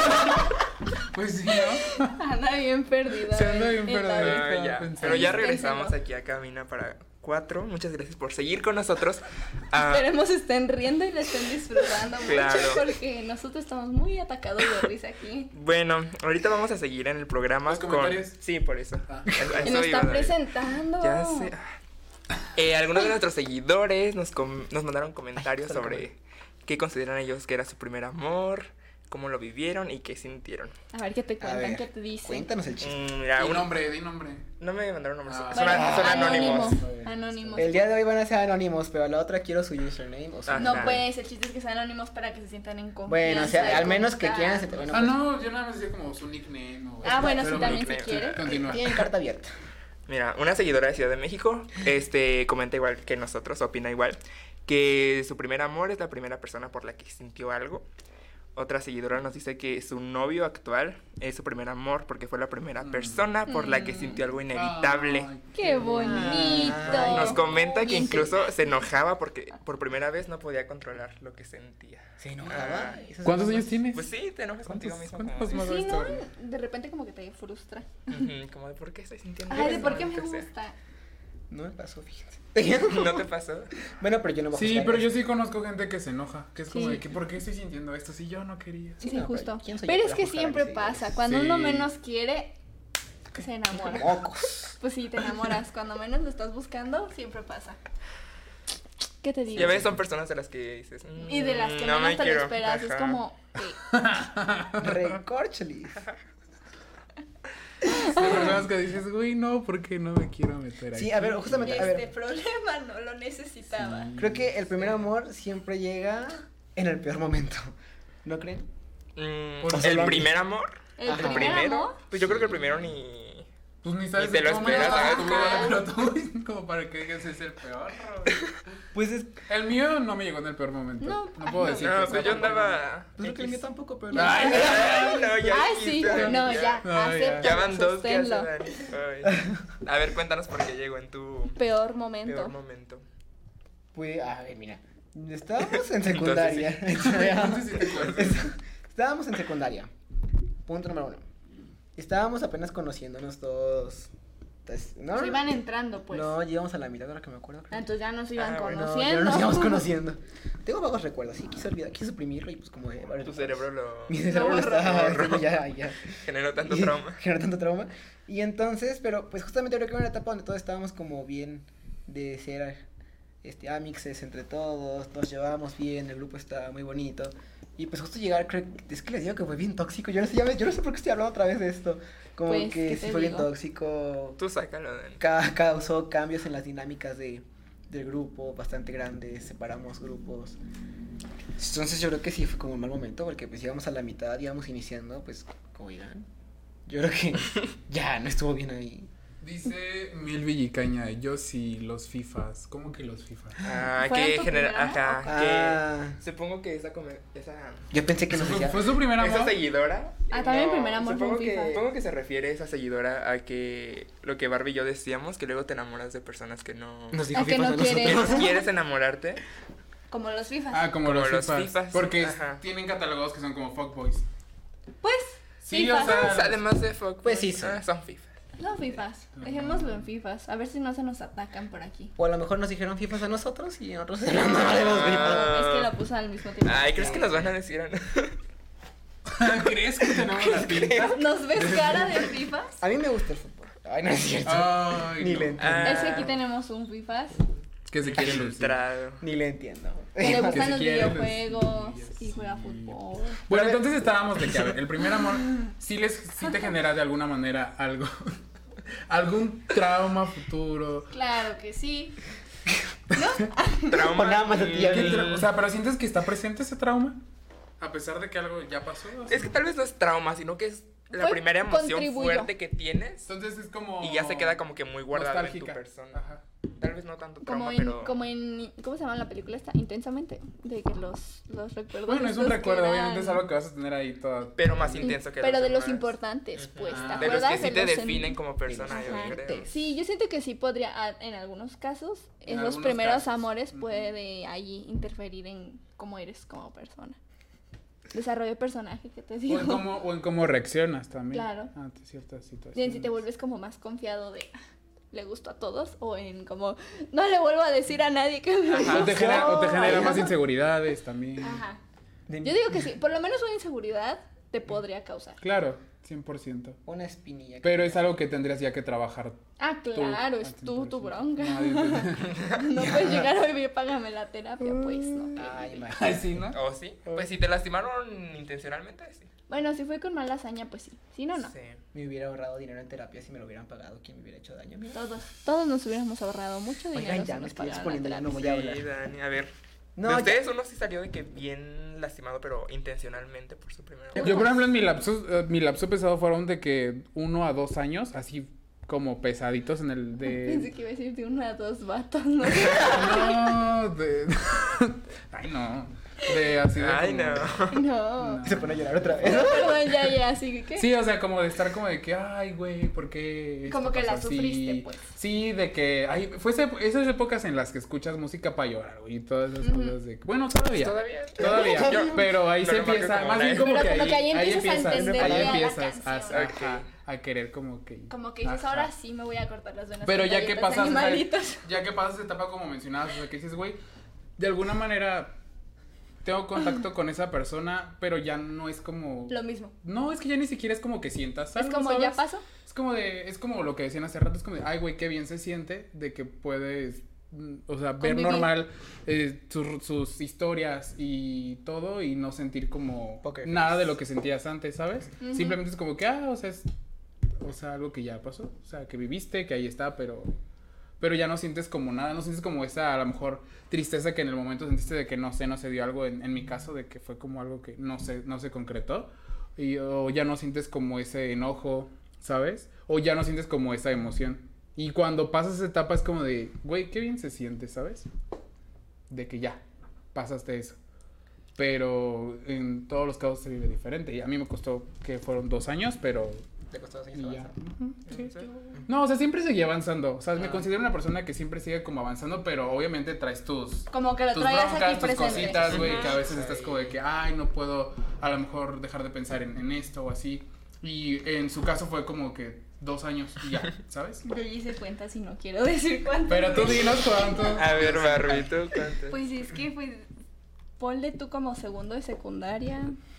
B: Pues sí, ¿no?
C: Anda bien perdida.
B: Se anda bien
C: en la
B: perdida.
C: vida.
D: Ah,
B: estaba
D: ya.
B: pensando.
D: Pero ya
C: Sí,
D: regresamos
C: piénsalo.
D: aquí a Cabina para 4. Muchas gracias por seguir con nosotros. Ah,
C: Esperemos estén riendo y la estén disfrutando
D: Claro.
C: mucho porque nosotros estamos muy atacados de risa aquí.
D: bueno, ahorita vamos a seguir en el programa
B: ¿Los
D: con.
B: comentarios?
D: Sí, por eso.
B: Ah.
D: A
C: Y
D: eso
C: nos
D: iba,
C: están
D: David.
C: presentando.
D: Ya sé. Algunos de nuestros seguidores nos mandaron comentarios sobre qué consideran ellos que era su primer amor, cómo lo vivieron y qué sintieron.
C: A ver qué te
E: A
C: cuentan,
E: ver,
C: qué te dicen.
E: Cuéntanos el chiste.
D: Mira,
B: Di nombre.
D: no me mandaron nombres.
B: Ah.
D: Son,
C: Bueno,
D: son anónimos.
C: Anónimos.
E: El día de hoy van a ser anónimos, pero a la otra quiero su username. O sea,
D: Ah,
C: No,
D: Ajá.
C: pues, el chiste es que sean anónimos para que se sientan en confianza.
E: bueno, o sea,
C: y
E: al menos que
C: contar.
E: quieran. Bueno,
B: Ah,
E: pues,
B: no, yo nada más decía como su nickname. O
C: Ah, bueno, sí,
B: pero
C: también
D: nickname.
C: si quiere.
B: Continúa.
E: tienen carta abierta.
D: Mira, una seguidora de Ciudad de México, comenta igual que nosotros, opina igual, que su primer amor es la primera persona por la que sintió algo. Otra seguidora nos dice que su novio actual es su primer amor porque fue la primera persona por la que sintió algo inevitable.
B: Ay,
C: Qué bonito.
E: Ay,
D: Nos comenta que
C: Bien.
D: incluso se enojaba porque por primera vez no podía controlar lo que sentía.
E: ¿Se enojaba?
D: Ah.
E: Eso es
B: ¿Cuántos
E: algo
B: años
E: más.
B: tienes?
D: Pues sí, te enojas contigo mismo.
B: ¿Cuántos
D: como
B: más
C: Sí,
B: de
C: ¿no?
B: historia?
C: De repente como que te frustra.
D: como de por qué estoy sintiendo
C: Ay, ¿de
D: esto?
C: por qué
D: Yo
C: me
D: qué sé.
C: gusta?
E: No me pasó, fíjense.
D: ¿No te pasó?
E: Bueno, pero yo no voy a
B: Sí,
E: juzgar
B: pero
E: eso.
B: yo sí conozco gente que se enoja. Que es como
C: Sí.
B: de que, ¿por qué estoy sintiendo esto si yo no quería?
C: Sí,
E: no, pero
C: justo.
E: ¿quién soy yo
C: Pero es
E: para
C: que
E: juzgar a
C: siempre
E: mis
C: pasa.
E: seguidores?
C: Cuando
B: Sí.
C: uno menos quiere, se enamora.
E: Mocos.
C: Pues sí, te enamoras. Cuando menos lo estás buscando, siempre pasa. ¿Qué te digo?
D: Ya ves, son personas de las que dices.
C: Y de las que
D: no
C: menos
D: me
C: te lo
D: quiero".
C: esperas. Es
D: Ajá.
C: como,
E: Recorcholis.
B: De personas que dices, güey, no, porque no me quiero meter aquí.
E: Sí, a ver, justamente, a ver.
C: este problema no lo necesitaba.
E: Creo que el primer amor siempre llega en el peor momento. ¿No creen?
B: Por
E: O sea,
D: ¿El
E: lo-
D: primer amor?
C: ¿El
E: Ajá.
C: primer
D: ¿Primero?
C: amor?
D: Pues yo creo que el primero ni.
B: Pues ni sabes
D: Ni te lo
B: cómo me
D: esperas,
B: vas a
D: ¿sabes?
B: actuar, pero tú, como para que digas es el peor.
E: Pues es.
B: El mío no me llegó en el peor momento.
C: No,
B: No
C: ay,
B: puedo
C: no.
B: decir
D: No,
B: que
D: pues
B: sea
D: yo
B: tampoco.
D: andaba.
E: Pues creo que el mío tampoco, pero.
B: Ay,
D: Ay, no, ya
C: Ay, sí.
D: dijiste,
C: No, ya.
E: No,
C: Acepta.
D: Ya van dos que hace
C: sosténlo.
D: Dani. Ay. A ver, cuéntanos por qué llegó en tu
C: Peor momento.
D: peor momento.
E: Pues, a ver, mira. Estábamos en secundaria.
B: Entonces sí te acuerdas.
E: Estábamos en secundaria. Punto número 1. Estábamos apenas conociéndonos todos. Entonces, no,
C: Se iban entrando, pues.
E: no, llegamos a la mitad, ahora que me acuerdo.
C: Ah, entonces ya nos iban
D: Ah, bueno,
E: No,
C: conociendo.
E: ya nos íbamos conociendo. Tengo vagos recuerdos, sí, quise suprimirlo y pues como de,
D: Tu cerebro lo
E: Mi cerebro
C: Lo
E: estaba
D: borró.
E: ya.
D: generó tanto trauma.
E: Generó tanto trauma. Y entonces, pero pues justamente creo que era una etapa donde todos estábamos como bien de ser amixes entre todos, nos llevábamos bien, el grupo estaba muy bonito. Y pues justo llegar, creo es que les digo que fue bien tóxico. Yo no sé, yo no sé por qué estoy hablando otra vez de esto. Como
C: Pues,
E: que
C: ¿qué
E: sí
C: te
E: fue bien
C: digo?
E: tóxico.
D: Tú sácalo, Dani.
E: Causó cambios en las dinámicas del grupo bastante grandes, separamos grupos. Entonces yo creo que sí fue como un mal momento porque pues íbamos a la mitad, íbamos iniciando, pues oigan, yo creo que ya no estuvo bien ahí.
B: Dice Miel Villicaña, yo sí, los FIFAs. ¿Cómo que los FIFAs?
D: Ah,
C: ¿Fue
D: que
C: tu
D: genera.
C: primera?
D: Ajá,
E: Ah,
D: que. Supongo que esa.
E: yo pensé que nos decía,
B: ¿Fue su primer
D: Esa
B: amor?
D: seguidora.
C: Ah, también primer amor
D: supongo
C: fue un FIFA.
D: Supongo que se refiere esa seguidora a que lo que Barbie y yo decíamos, que luego te enamoras de personas que no.
E: nos dijo
C: ¿A que
E: FIFAs
C: no
E: a nosotros.
C: quieres?
D: ¿Quieres enamorarte?
C: Como los FIFAs.
B: Ah, como
D: Como
B: los
D: los
B: FIFAs.
D: FIFAs,
B: Porque
D: ajá.
B: tienen catalogados que son como fuckboys.
C: Pues,
B: Sí,
C: FIFAs.
B: o sea.
D: Además de fuck.
E: Pues sí, son.
D: Son FIFA.
C: no FIFAs. Dejémoslo en FIFAs. A ver si no se nos atacan por aquí.
E: O a lo mejor nos dijeron FIFAs a nosotros y nosotros se la de los FIFAs.
C: Es que lo puso al mismo tiempo.
D: Ay, ¿crees que nos van a decir?
B: ¿Crees que tenemos la pinta?
C: ¿Nos ves cara de FIFAs?
E: A mí me gusta el fútbol. Ay, no es cierto.
B: Ay,
E: Ni
B: no.
E: le entiendo.
D: Ah.
C: Es que aquí tenemos un FIFAs.
B: Que se quieren lucir.
D: Filtrado.
E: Ni le entiendo.
C: Que le
B: Que
C: gustan
B: si
C: los
B: quieren,
C: videojuegos
B: sí,
C: y juega fútbol.
B: Bueno, entonces estábamos de que, a ver, el primer amor sí te genera de alguna manera algo. ¿Algún trauma futuro?
C: Claro que sí.
D: Trauma.
E: O nada más a ti, ya vi.
B: O sea, pero ¿sientes que está presente ese trauma? A pesar de que algo ya pasó.
D: Es que tal vez no es trauma, sino que es la
C: Fue-
D: primera emoción
C: contribuyó.
D: fuerte que tienes
B: Entonces es como...
D: y ya se queda como que muy guardado en tu
B: nostálgica.
D: persona.
B: Ajá.
D: Tal vez no tanto
C: Como
D: trauma,
C: en,
D: pero...
C: como en, ¿cómo se llama la película esta? Intensamente, de que los recuerdos.
B: Bueno, es un
C: estos
B: recuerdo,
C: quedan-
B: obviamente es algo que vas a tener ahí toda...
D: Pero más intenso que
C: Pero de los
D: demás.
C: importantes, pues, ¿te
B: Ajá.
D: De los
C: acuerdas?
D: que sí te
C: los
D: definen como persona, yo
C: Ajá.
D: creo.
C: Sí, yo siento que sí podría, en algunos casos,
B: En
C: esos
B: algunos
C: primeros
B: casos.
C: amores
B: Ujú.
C: puede ahí interferir en cómo eres como persona. Desarrollo de personaje, que te
B: O
C: digo.
B: en cómo reaccionas también.
C: Claro.
B: Ante ciertas
C: Y
B: situaciones.
C: en si te vuelves como más confiado de le gusto a todos, o en como no le vuelvo a decir a nadie que me
D: Ajá.
B: O te genera
C: gustó.
B: más inseguridades también.
C: Ajá. Yo digo que sí, por lo menos una inseguridad te podría causar.
B: Claro, 100%.
E: Una espinilla.
B: Pero es algo que tendrías ya que trabajar
C: Ah,
B: tú.
C: claro,
B: al
C: es tu
B: 100%.
C: bronca.
B: Nadie te-
C: No puedes llegar hoy bien, págame la terapia, pues no.
E: Ay, imagínate.
B: Ay, sí, ¿no?
D: ¿O sí? Pues si te lastimaron intencionalmente, sí.
C: Bueno, si fue con mala hazaña, pues sí. Si no, no.
D: Sí.
E: Me hubiera ahorrado dinero en terapia si me lo hubieran pagado. ¿Quién me hubiera hecho daño? Mira.
C: Todos nos hubiéramos ahorrado mucho dinero.
E: Oigan,
C: si
E: ya
C: nos
E: me estoy
C: pagaran
E: exponiendo,
C: la
E: ya no
C: terapia.
E: voy a
D: Sí,
E: hablar.
D: Dani, a ver.
E: No,
D: de
E: ya-
D: ustedes uno sí salió de que bien lastimado, pero intencionalmente por su primera vez.
B: Yo, por ejemplo, en mi lapso pesado fueron de que 1 a 2 años, así como pesaditos en el
C: Pensé
B: de...
C: que iba a decir de 1 a 2 vatos, ¿no?
B: No, de... Ay, no. De así de
D: Ay,
B: como-
C: No.
E: Se pone a llorar otra vez.
C: No, perdón, ya, así que ¿qué?
B: Sí, o sea, como de estar como de que, ay, güey, ¿por qué? esto
C: Como que la
B: pasó así?
C: sufriste, pues.
B: Sí, de que, ay, esas épocas en las que escuchas música para llorar, güey, y todas esas cosas de, bueno, todavía.
D: Todavía. Yo-
B: Pero ahí
D: no
B: se
D: lo marco
B: empieza,
D: como
B: más
D: una
B: bien
D: vez.
B: como
C: Pero
B: que
C: como que ahí empiezas a entender
B: ahí
C: ya la
B: empiezas
C: canción.
B: ajá, a querer como que.
C: Como que dices,
B: ajá.
C: ahora sí me voy a cortar las venas.
B: Pero
C: con
B: ya que
C: galletas
B: pasas,
C: animalitos.
B: ya que pasas esa etapa como mencionabas, o sea, que dices, güey, de alguna manera tengo contacto con esa persona, pero ya no es como...
C: Lo mismo.
B: No, es que ya ni siquiera es como que sientas algo,
C: Es como,
B: ¿sabes?
C: ya pasó.
B: Es como lo que decían hace rato, es como de, ay, güey, qué bien se siente de que puedes, o sea, ver
C: Convivir.
B: normal sus historias y todo y no sentir como
E: Poker
B: nada
E: face.
B: de lo que sentías antes, ¿sabes?
C: Ujú.
B: Simplemente es como que, o sea, algo que ya pasó, o sea, que viviste, que ahí está, pero ya no sientes como nada, no sientes como esa, a lo mejor, tristeza que en el momento sentiste de que no se dio algo, en mi caso, de que fue como algo que no se concretó, o ya no sientes como ese enojo, ¿sabes? O ya no sientes como esa emoción. Y cuando pasas esa etapa es como de, güey, qué bien se siente, ¿sabes? De que ya, pasaste eso. Pero en todos los casos se vive diferente. Y a mí me costó que fueron 2 años, pero...
E: Te costó 2 años
B: Y ya.
E: avanzar.
B: Ujú, sí.
D: Sí.
B: No, o sea, siempre seguí avanzando. O sea, me
E: Ah.
B: considero una persona que siempre sigue como avanzando, pero obviamente traes tus
C: Como que lo
B: tus
C: traías
B: broncas,
C: aquí
B: tus
C: presente.
B: cositas, güey, que a
D: Ujú.
B: veces estás como de que, ay, no puedo a lo mejor dejar de pensar en esto o así. Y en su caso fue como que 2 años y ya, ¿sabes?
C: Yo hice cuentas y no quiero decir cuánto.
B: Pero tú dinos cuánto.
D: A ver, Barbito, ¿cuánto?
C: Pues es que pues ponle tú como segundo de secundaria.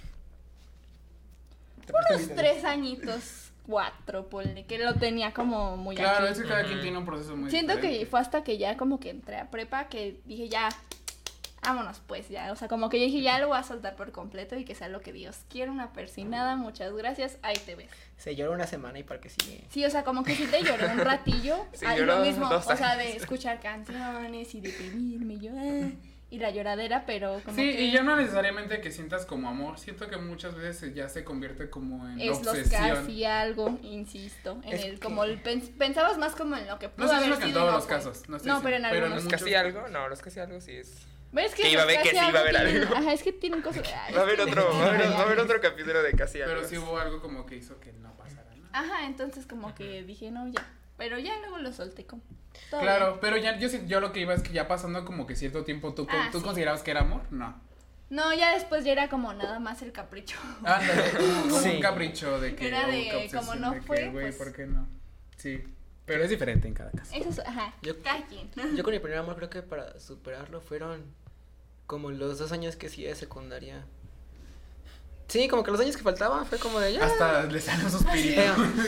C: Unos 3 añitos, 4, ponle, que lo tenía como muy
B: Claro,
C: aquí.
B: es que cada
D: Ujú.
B: quien tiene un proceso muy
C: Siento que
B: diferente.
C: fue hasta que ya como que entré a prepa que dije ya, vámonos pues ya, o sea, como que yo dije ya lo voy a soltar por completo y que sea lo que Dios quiera, una persinada, muchas gracias, ahí te ves.
E: Se llora una semana y para que sigue.
C: Sí, o sea, como que sí te lloré un ratillo,
D: Sí,
C: ahí
D: lloró
C: lo mismo,
D: 2
C: o sea, de
D: años.
C: escuchar canciones y de pedirme yo, y la lloradera, pero como
B: Sí,
C: que
B: y ya no necesariamente que sientas como amor, siento que muchas veces ya se convierte como en
C: es los
B: obsesión.
C: casi algo, insisto, en
E: Es
C: el
E: que-
C: como el pensabas más como en lo que
B: No
C: pudo
B: estoy
C: haber
B: diciendo que en
C: sido y
B: todos
C: no
B: los
C: fue.
B: casos, no estoy
C: No, pero en
B: diciendo,
C: algunos.
D: ¿Los
B: muchos
D: casi algo? No, los casi algo sí es.
C: ¿Ves
D: Que iba a haber-
C: los
D: que
C: casi
D: sí iba a haber
C: tienen-
D: algo.
C: Ajá, es que tienen cosas.
D: Va a haber otro, va a haber otro capítulo de casi algo.
B: Pero sí hubo algo como que hizo que no pasara nada.
C: Ajá, entonces como que dije, no, ya. Pero ya luego lo solté como. todo
B: Claro,
C: bien.
B: pero ya yo lo que iba es que ya pasando como que cierto tiempo, ¿tú
C: Sí.
B: considerabas que era amor? No.
C: No, ya después ya era como nada más el capricho.
B: Ándale, como
E: Sí.
B: un capricho de que...
C: Era
B: o
C: de,
B: que obsesión
C: como no
B: de que,
C: fue,
B: güey,
C: pues-
B: ¿por qué no? Sí, pero es diferente en cada caso.
C: Eso es, ajá,
E: Yo-
C: cada quien.
E: Yo con mi primer amor creo que para superarlo fueron como los 2 años que sí de secundaria. Sí, como que los años que faltaban fue como de ya.
B: Hasta le sale un suspirito.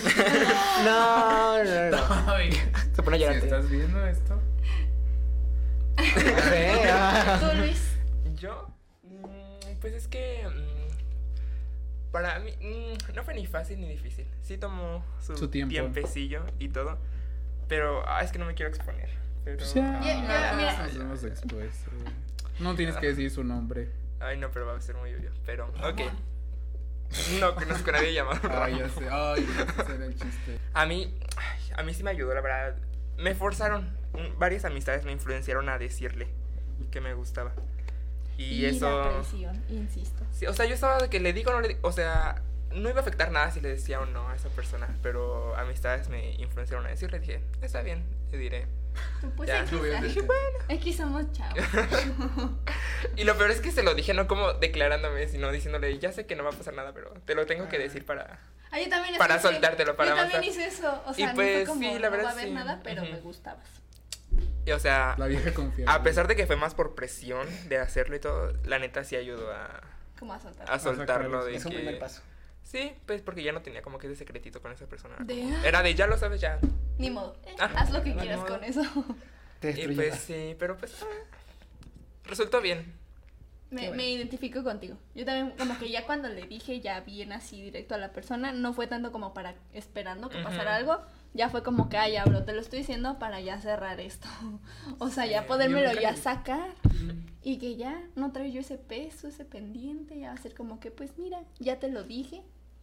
E: No, no, no.
B: Ay,
E: Se pone a llorar.
B: si estás viendo esto...
C: Tú, Luis.
D: Yo, pues es que Para mí, no fue ni fácil ni difícil. Sí tomó
B: Su tiempo.
D: tiempecillo y todo. Pero, es que no me quiero exponer. Pero,
B: Pues ya,
C: mira.
B: nos hemos expuesto. No tienes que decir su nombre.
D: Ay, no, pero va a ser muy obvio. Pero, ok. No conozco a nadie llamado.
B: Ay, ya sé. Ay, ese era el chiste.
D: A mí sí me ayudó, la verdad. Me forzaron. Varias amistades me influenciaron a decirle que me gustaba. Y eso.
C: la presión, insisto.
D: Sí, o sea, yo estaba de que le digo o no le digo. O sea, no iba a afectar nada si le decía o no a esa persona. Pero amistades me influenciaron a decirle. Dije, está bien, le diré.
C: Pues
D: Ya,
C: aquí,
B: lo voy a decir.
C: aquí somos chavos.
D: Y lo peor es que se lo dije no como declarándome, sino diciéndole, ya sé que no va a pasar nada, pero te lo tengo que decir para.
C: Ah, yo también
D: Para
C: escuché.
D: soltártelo, para
C: Yo
D: avanzar.
C: también hice eso. O sea,
D: Y
C: no
D: pues,
C: fue como,
D: sí, la
C: no
D: verdad,
C: va a haber
D: sí.
C: nada, pero
D: Ujú.
C: me gustabas.
D: Y, o sea,
B: La vieja confiable.
D: a pesar de que fue más por presión de hacerlo y todo, la neta sí ayudó
C: Como a soltar.
D: a soltarlo de
E: Es un
D: que.
E: primer paso.
D: Sí, pues porque ya no tenía como que ese secretito con esa persona.
C: De-
D: Era de, ya lo sabes, ya.
C: Ni modo.
D: Ah,
C: haz lo que
D: ni
C: quieras
D: modo.
C: con eso.
E: Te
D: Y
E: destruyó.
D: pues sí, pero pues resultó bien.
C: Me identifico contigo. Yo también, como que ya cuando le dije ya bien así directo a la persona, no fue tanto como para esperando que pasara
D: Ujú.
C: algo. Ya fue como que, ya, bro, te lo estoy diciendo para ya cerrar esto. O sea, ya podérmelo
B: yo
C: ya
B: nunca-
C: sacar. Y que ya no traigo yo ese peso, ese pendiente. Ya va a ser como que, pues mira, ya te lo dije.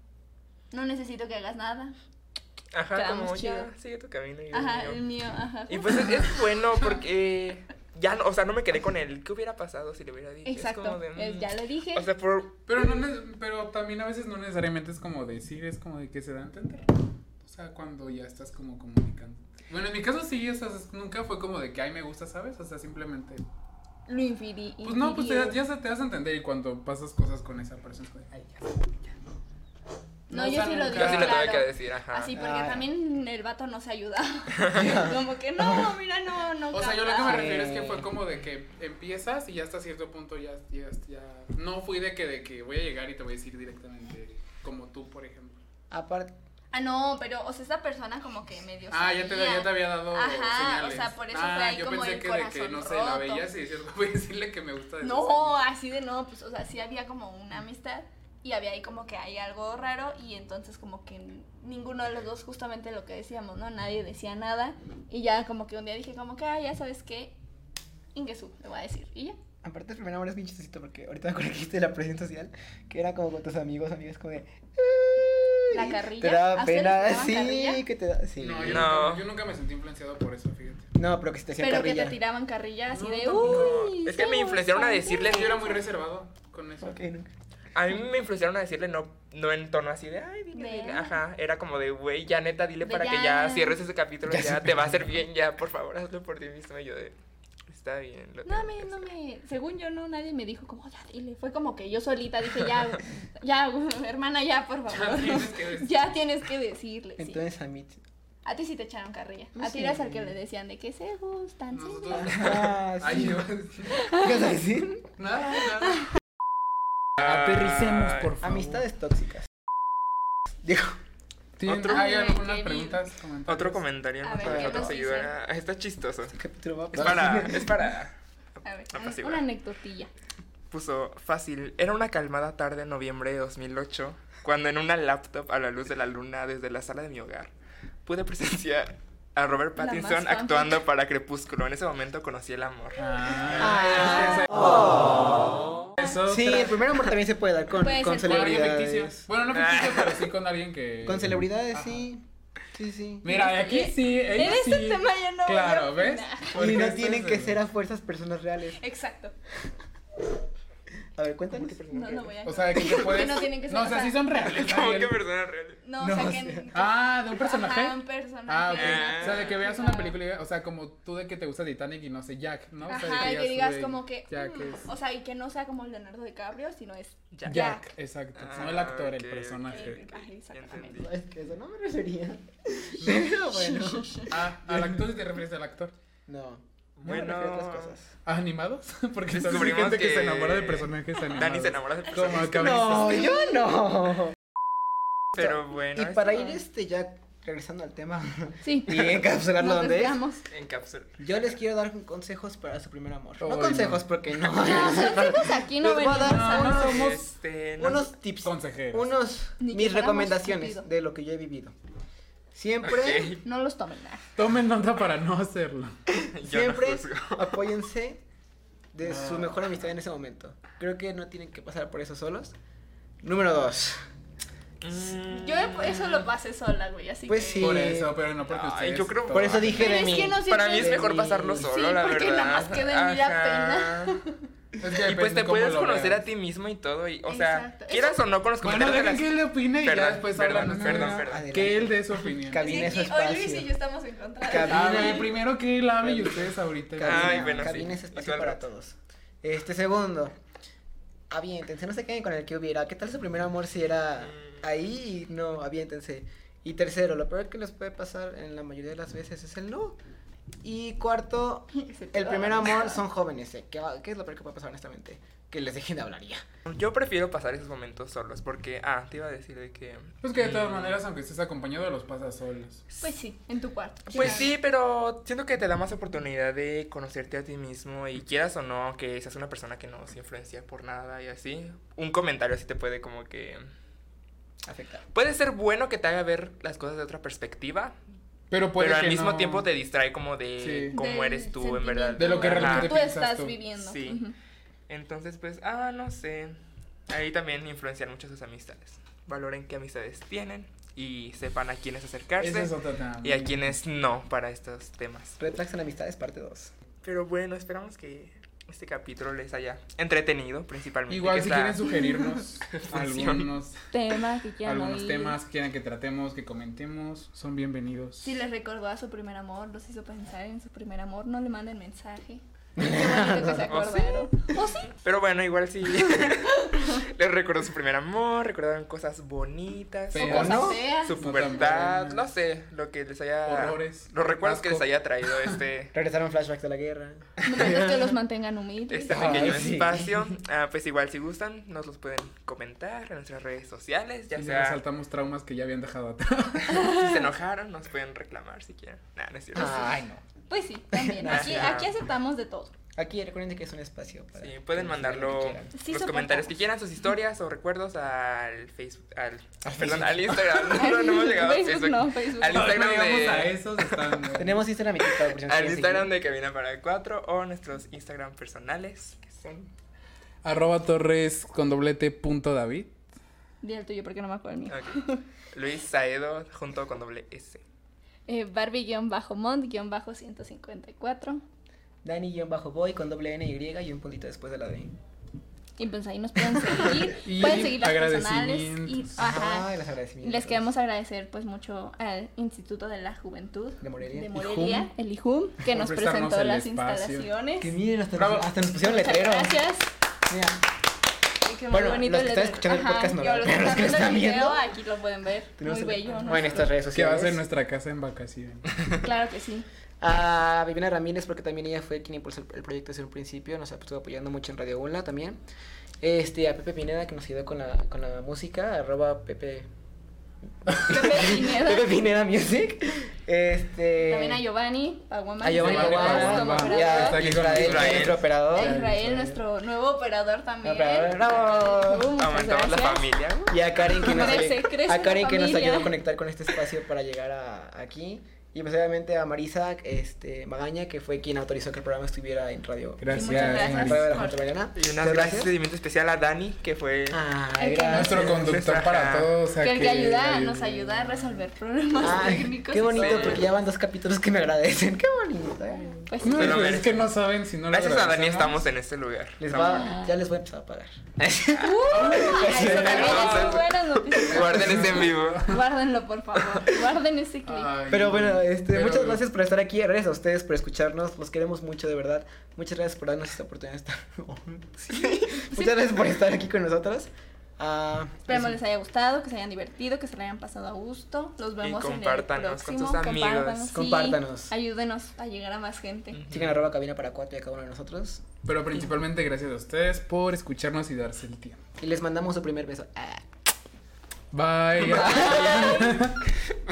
C: No necesito que hagas nada.
D: Ajá,
C: Quedamos
D: como
C: chido.
D: ya, sigue tu camino y yo
C: Ajá,
D: el
C: el
D: mío.
C: mío, ajá.
D: Y pues es bueno porque ya, no, o sea, no me quedé con el ¿qué hubiera pasado si le hubiera dicho?
C: Exacto.
D: Es como de,
C: Ya le dije.
D: O sea,
B: Pero, pero también a veces no necesariamente es como decir, es como de que se da a entender. O sea, cuando ya estás como comunicando. Bueno, en mi caso sí, o sea, nunca fue como de que, ay, me gusta, ¿sabes? O sea, simplemente.
C: Lo infiri.
B: Pues no, pues
C: infirió.
B: ya te das a entender y cuando pasas cosas con esa persona es como de, ay, ya.
C: No,
B: o
C: yo
B: sea,
C: sí lo
B: nunca-
C: dije.
D: yo sí le tuve
C: claro.
D: que decir, ajá.
C: Así, porque
E: Ah.
C: también el vato no se ayuda. Como que no, mira, no.
B: O sea, yo lo que me
C: capta.
B: refiero es que fue como de que empiezas y ya hasta cierto punto ya. No fui de que voy a llegar y te voy a decir directamente como tú, por ejemplo.
E: Aparte,
C: Ah, no, pero, o sea, esa persona como que medio
B: Ya te había dado
C: Ajá,
B: señales.
C: o sea, por eso fue ahí
B: yo
C: como
B: pensé
C: el
B: que de que,
C: corazón
B: no sé, la
C: roto.
B: veías y decías, voy a decirle que me gusta de
C: No, así de no, pues, o sea, sí había como una amistad y había ahí como que hay algo raro y entonces como que ninguno de los dos justamente lo que decíamos, ¿no? Nadie decía nada y ya como que un día dije como que, ya sabes qué, Ingesu, le voy a decir, y ya.
E: aparte el primer amor es bien chistosito porque ahorita me acuerdo que dijiste de la presión social, que era como con tus amigas como de...
C: La carrilla.
E: Te daba
C: ¿A ustedes
E: pena,
C: les daban
E: sí,
C: carrilla?
E: que te da... Sí.
B: No,
D: No.
B: yo nunca me sentí influenciado por eso, fíjate.
E: No, pero que si te hacían
C: Pero que
E: carrilla.
C: te tiraban carrilla así
B: No,
C: de,
B: tampoco.
C: uy.
D: Es que me influenciaron a decirle.
B: Yo era muy reservado con eso.
E: Ok, nunca.
D: A mí me influenciaron a decirle no en tono así de, ay, dile,
C: De-
D: dile. Ajá, era como de, güey, ya neta, dile
C: De
D: para que
C: ya.
D: ya cierres ese capítulo,
E: Ya
D: ya
E: se
D: te va a hacer bien, ya, por favor, hazlo por ti mismo. Y yo de, está bien. lo
C: No
D: tengo que hacer".
C: según yo no, nadie me dijo como, ya dile, fue como que yo solita dije, ya, hermana, ya, por favor.
B: tienes que decir.
C: Ya tienes que decirle, sí.
E: Entonces a mí...
C: A ti sí te echaron carrilla.
E: No
C: A ti
E: sé.
C: eras al que le decían de que se gustan, sí.
B: Nosotros.
E: Ah, sí.
B: Ay, yo iba a decir.
E: ¿Qué vas a decir?
B: Nada.
D: Aterricemos, por
E: Amistades tóxicas. Digo,
D: Otro-
B: ¿Hay algunas
C: Kevin.
B: preguntas? Comentarios?
D: Otro comentario
C: A ver,
D: para
C: ¿qué
D: otro
C: nos
D: seguidor.
C: dicen?
D: Está chistoso.
E: este capítulo va a
D: Es para.
C: A ver,
D: Apaciguar.
C: una anecdotilla.
D: Puso fácil. Era una calmada tarde en noviembre de 2008, cuando en una laptop a la luz de la luna desde la sala de mi hogar pude presenciar a Robert
C: La más
D: Pattinson
C: fanfic.
D: actuando para Crepúsculo. En ese momento conocí el amor.
B: Eso
E: Sí, el primer amor también se puede dar con
C: Puede
B: con
C: ser
B: alguien ficticio.
E: celebridades.
B: Bueno, no ficticio, pero sí con alguien que.
E: Con celebridades,
B: Ajá.
E: sí. Sí, sí.
B: Mira, aquí sí, ella
C: En este
B: sí.
C: tema ya no voy a
B: Claro, ¿ves?
C: opinar.
B: Porque
E: Y no
B: esto
E: tienen
B: es
E: que
B: el-
E: ser a fuerzas personas reales.
C: Exacto.
E: A ver, cuéntame qué personas
C: No, no
E: reales.
C: voy a.
B: O sea, que te puedes.
C: no tienen que ser.
B: No, o sea, sí son reales.
D: ¿Cómo
B: Ariel.
D: que persona real?
C: No,
E: No,
C: o sea
E: o
C: que.
E: sea.
C: que-
B: Ah, ¿de un personaje?
C: Ajá, un personaje.
B: Ah, ok.
D: Ah.
B: O sea, de que veas una película, y o sea, como tú de que te gusta Titanic y no sé, Jack, ¿no? O sea, de
C: Ajá, y que
B: tú
C: digas
B: de
C: como que.
B: Jack
C: mm,
B: es.
C: O sea, y que no sea como Leonardo DiCaprio, sino es.
D: Jack.
B: Jack, exacto. No el actor, el
D: ok,
B: personaje.
C: Ajá, exactamente.
D: Entendí.
E: Es que eso no me refería. Pero bueno.
B: Ah, al actor, si te refieres al actor.
E: No.
D: Bueno.
E: Yo me refiero a otras cosas.
B: ¿Ah, ¿animados? Porque también hay
D: Descubrimos
B: gente que
D: que
B: se enamora de personajes animados.
D: Dani se enamora de
B: Como
D: personas.
B: acá
E: No, yo no.
D: Pero bueno.
E: Y para
D: eso-
E: ir ya regresando al tema
C: Sí.
E: y encapsularlo
C: Nos
E: donde es.
C: desviamos.
D: En cápsula.
E: Yo les quiero dar consejos para su primer amor.
B: Ay,
E: No consejos
B: no.
E: porque no.
C: Consejos aquí no
E: Les voy a
C: venimos
E: dar
C: a-
B: No, somos
D: No,
E: unos tips,
B: consejeros.
E: unos
C: Ni que
E: mis
C: fuéramos
E: recomendaciones
C: estúpidos.
E: de lo que yo he vivido. Siempre,
D: ok.
C: No los tomen nada.
B: Tomen nota para no hacerlo.
D: Yo no
E: siempre
D: juzgo.
E: apóyense de su mejor amistad en ese momento. Creo que no tienen que pasar por eso solos. Número 2.
C: Yo eso lo pasé sola, güey, así
E: Pues
C: que...
E: sí.
B: Por eso, pero no porque
D: Ay,
B: ustedes.
D: yo creo-
E: Por eso dije
C: Pero
E: de
C: es
E: mí.
C: que no
D: Para mí es
C: siempre-
D: mejor pasarlo
E: Sí,
D: solo, la
C: porque
D: verdad.
C: nada más queda en mí la
D: Ajá.
B: Es que
D: Y
B: depende
D: pues te
B: cómo
D: puedes
B: lo
D: conocer
B: veas.
D: a ti mismo y todo. Y, o sea,
C: Exacto.
D: quieras o no con los
B: Bueno,
D: comentarios
B: dejen
D: de
B: que
D: las...
B: él opine y ya
D: Perdón,
B: después
D: perdón,
B: hablan.
D: perdón.
E: Adelante.
B: Que él dé su opinión.
E: Cabina es
C: Sí,
E: su
C: aquí hoy Luis
E: espacio.
C: y yo estamos en contra de
E: Cabina.
B: A ver, primero que él hable y ustedes ahorita.
D: Ay, bueno, sí.
E: Cabina es espacio
D: Y tú al
E: para
D: rato.
E: todos. Segundo, aviéntense, no se queden con el que hubiera. ¿Qué tal su primer amor si era ahí y no, aviéntense? Y tercero, lo peor que les puede pasar en la mayoría de las veces es el no. Y cuarto,
C: Se te
E: el
C: va
E: primer
C: la
E: amor
C: risa.
E: son jóvenes. ¿Qué es lo peor que puede pasar honestamente? Que les dejen de hablar y ya.
D: Yo prefiero pasar esos momentos solos porque... te iba a decir de que...
B: Pues que de todas maneras, aunque estés acompañado, los pasas solos.
C: Pues sí, en tu cuarto.
D: Pues sí, pero siento que te da más oportunidad de conocerte a ti mismo y quieras o no, aunque seas una persona que no se influencia por nada y así, un comentario así te puede como que...
E: Afectar.
D: Puede ser bueno que te haga ver las cosas de otra perspectiva,
B: Pero puede
D: pero al
B: que
D: mismo
B: no.
D: tiempo te distrae como de
B: Sí.
D: cómo
C: Del
D: eres tú en verdad.
B: De lo que
D: Ajá.
B: realmente
C: tú
B: piensas
C: estás
B: tú.
C: viviendo.
D: Sí.
C: Ujú.
D: Entonces, pues, no sé. Ahí también influencian mucho sus amistades. Valoren qué amistades tienen y sepan a quiénes acercarse
B: Ese es otro tema.
D: y a quiénes no para estos temas.
E: Red Flags en amistades, parte 2.
D: Pero bueno, esperamos que este capítulo les haya entretenido principalmente.
B: Igual
D: que
B: si
D: esta-
B: quieren sugerirnos
D: función.
C: Tema que quieran
B: algunos
C: oír.
B: temas que quieran que tratemos, que comentemos, son bienvenidos.
C: Si les recordó a su primer amor, los hizo pensar en su primer amor, no le manden mensaje. Qué bonito que se
D: ¿O sí?
C: acordaron. ¿O sí?
D: Pero bueno, igual si les recordó su primer amor, recordaron cosas bonitas,
B: Feo.
C: O cosas
E: no?
C: feas.
D: su
B: No
D: pubertad,
B: tan
D: no sé, lo que les haya...
B: Horrores.
D: Los recuerdos que
B: Asco.
D: les haya traído
E: Regresaron flashbacks de la guerra.
C: Momentos que los mantengan humildes.
D: este pequeño
E: Ay, sí.
D: espacio. Pues igual si gustan, nos los pueden comentar en nuestras redes sociales, ya
B: Y
D: sea
B: resaltamos traumas que ya habían dejado atrás.
D: si se enojaron, nos pueden reclamar si quieren. Nah, no es cierto.
E: Ay, no.
C: Pues sí, también. Aquí,
D: Ajá.
C: aquí aceptamos de todo.
E: Aquí recuerden que es un espacio para
D: Sí, pueden
E: que
D: mandarlo
E: lo que quieran.
C: Sí,
D: los
C: soportamos.
D: comentarios que quieran, sus historias o recuerdos al Facebook, perdón,
E: Facebook.
D: al Instagram. No hemos llegado a
C: Facebook no, Facebook
D: Al
C: no.
D: Instagram
B: No llegamos
D: de-
B: a esos, están...
E: Tenemos Instagram y TikTok. por si nos
D: Al
E: quieren
D: Instagram
E: seguir.
D: de Cabina para 4 o nuestros Instagram personales que son
B: @torres con doblete punto David.
C: Di el tuyo porque no me acuerdo el mío.
D: ok, Luis Saedo junto con doble S.
C: Barbie-Mont-154.
E: Dani-boy con doble N y y un puntito después de la D.
C: Y pues ahí nos pueden seguir.
B: Y
C: pueden seguir las personales. Y,
B: agradecimientos.
C: ajá.
E: Ay, los agradecimientos.
C: Les queremos agradecer pues mucho al Instituto de la Juventud
E: De Morelia.
C: de Morelia, el IJUM, que
B: Por
C: nos
B: prestarnos
C: presentó
B: el
C: las
B: espacio.
C: instalaciones.
E: Que miren, hasta,
B: Bravo.
E: hasta nos pusieron
C: Muchas
E: letrero.
C: gracias.
E: Mira,
C: Ay, qué
E: Bueno,
C: bonito
E: los que
C: el
E: están
C: letrero.
E: escuchando el
C: Ajá,
E: podcast no
C: y
E: lo
C: los
E: ven,
C: que
E: los que
C: están
E: están
C: viendo el video,
E: viendo.
C: aquí lo pueden ver.
E: tenemos
C: Muy bello.
E: Bueno, en estas redes
B: Que
E: sociales.
B: va a ser nuestra casa en vacaciones.
C: Claro que sí.
E: A Viviana Ramírez, porque también ella fue quien impulsó el proyecto desde un principio, nos estuvo apoyando mucho en Radio UNLA también. A Pepe Pineda, que nos ayudó con la música, @Pepe
C: Pepe Pineda.
E: Pepe Pineda Music.
C: También a Giovanni Paguama.
E: A Giovanni
C: que está
E: Paguama,
C: como
B: Paguama.
E: y
C: operador.
E: a
B: Está aquí con
E: Israel,
D: Israel.
E: nuestro operador.
C: A Israel, nuestro nuevo operador también.
E: Operador, bravo.
C: Muchas
D: Aumentamos la
C: gracias.
D: familia.
E: Y a Karen que nos,
C: Crece
E: a Karen
C: la
E: que nos
C: familia.
E: ayudó a conectar con este espacio para llegar aquí. Y pues obviamente a Marisa Magaña, que fue quien autorizó que el programa estuviera en radio.
B: Gracias,
C: muchas gracias.
E: En
B: Marisa.
E: Radio de la Fuente Mariana.
D: Y unas
E: Muchas
D: gracias de seguimiento especial a Dani, que fue
E: Ay,
C: El que
E: gracias.
B: Nuestro conductor para
D: Ajá.
B: todos.
C: Que el que ayuda,
B: ayude.
C: nos ayuda a resolver problemas
E: Ay,
C: técnicos.
E: qué
C: y
E: bonito,
C: todo.
E: porque ya van 2 capítulos que me agradecen. Qué bonito.
C: Pues sí.
B: No,
D: Pero
B: pues
D: ver.
B: es que no saben si no lo
D: gracias a Dani
B: agradecemos.
D: estamos en este lugar.
E: Ya les voy a empezar a pagar.
C: Eso también es buenas noticias.
D: Guarden este en vivo.
C: Guárdenlo, por favor. Guarden ese clip.
B: Ay,
E: Pero bueno,
B: pero-
E: muchas gracias por estar aquí. Gracias a ustedes por escucharnos. Los queremos mucho, de verdad. Muchas gracias por darnos esta oportunidad de estar. Sí. Muchas gracias por estar aquí con nosotros.
C: Esperemos les haya gustado, que se hayan divertido, que se le hayan pasado a gusto. Los vemos en el
D: compártanos con
C: próximo.
D: sus amigos.
C: Compártanos, sí.
E: Compártanos.
C: Ayúdenos a llegar a más gente.
E: Sigan @cabina para 4 y a cada uno de nosotros.
B: Pero principalmente gracias a ustedes por escucharnos y darse el tiempo.
E: Y les mandamos su primer beso.
B: Bye.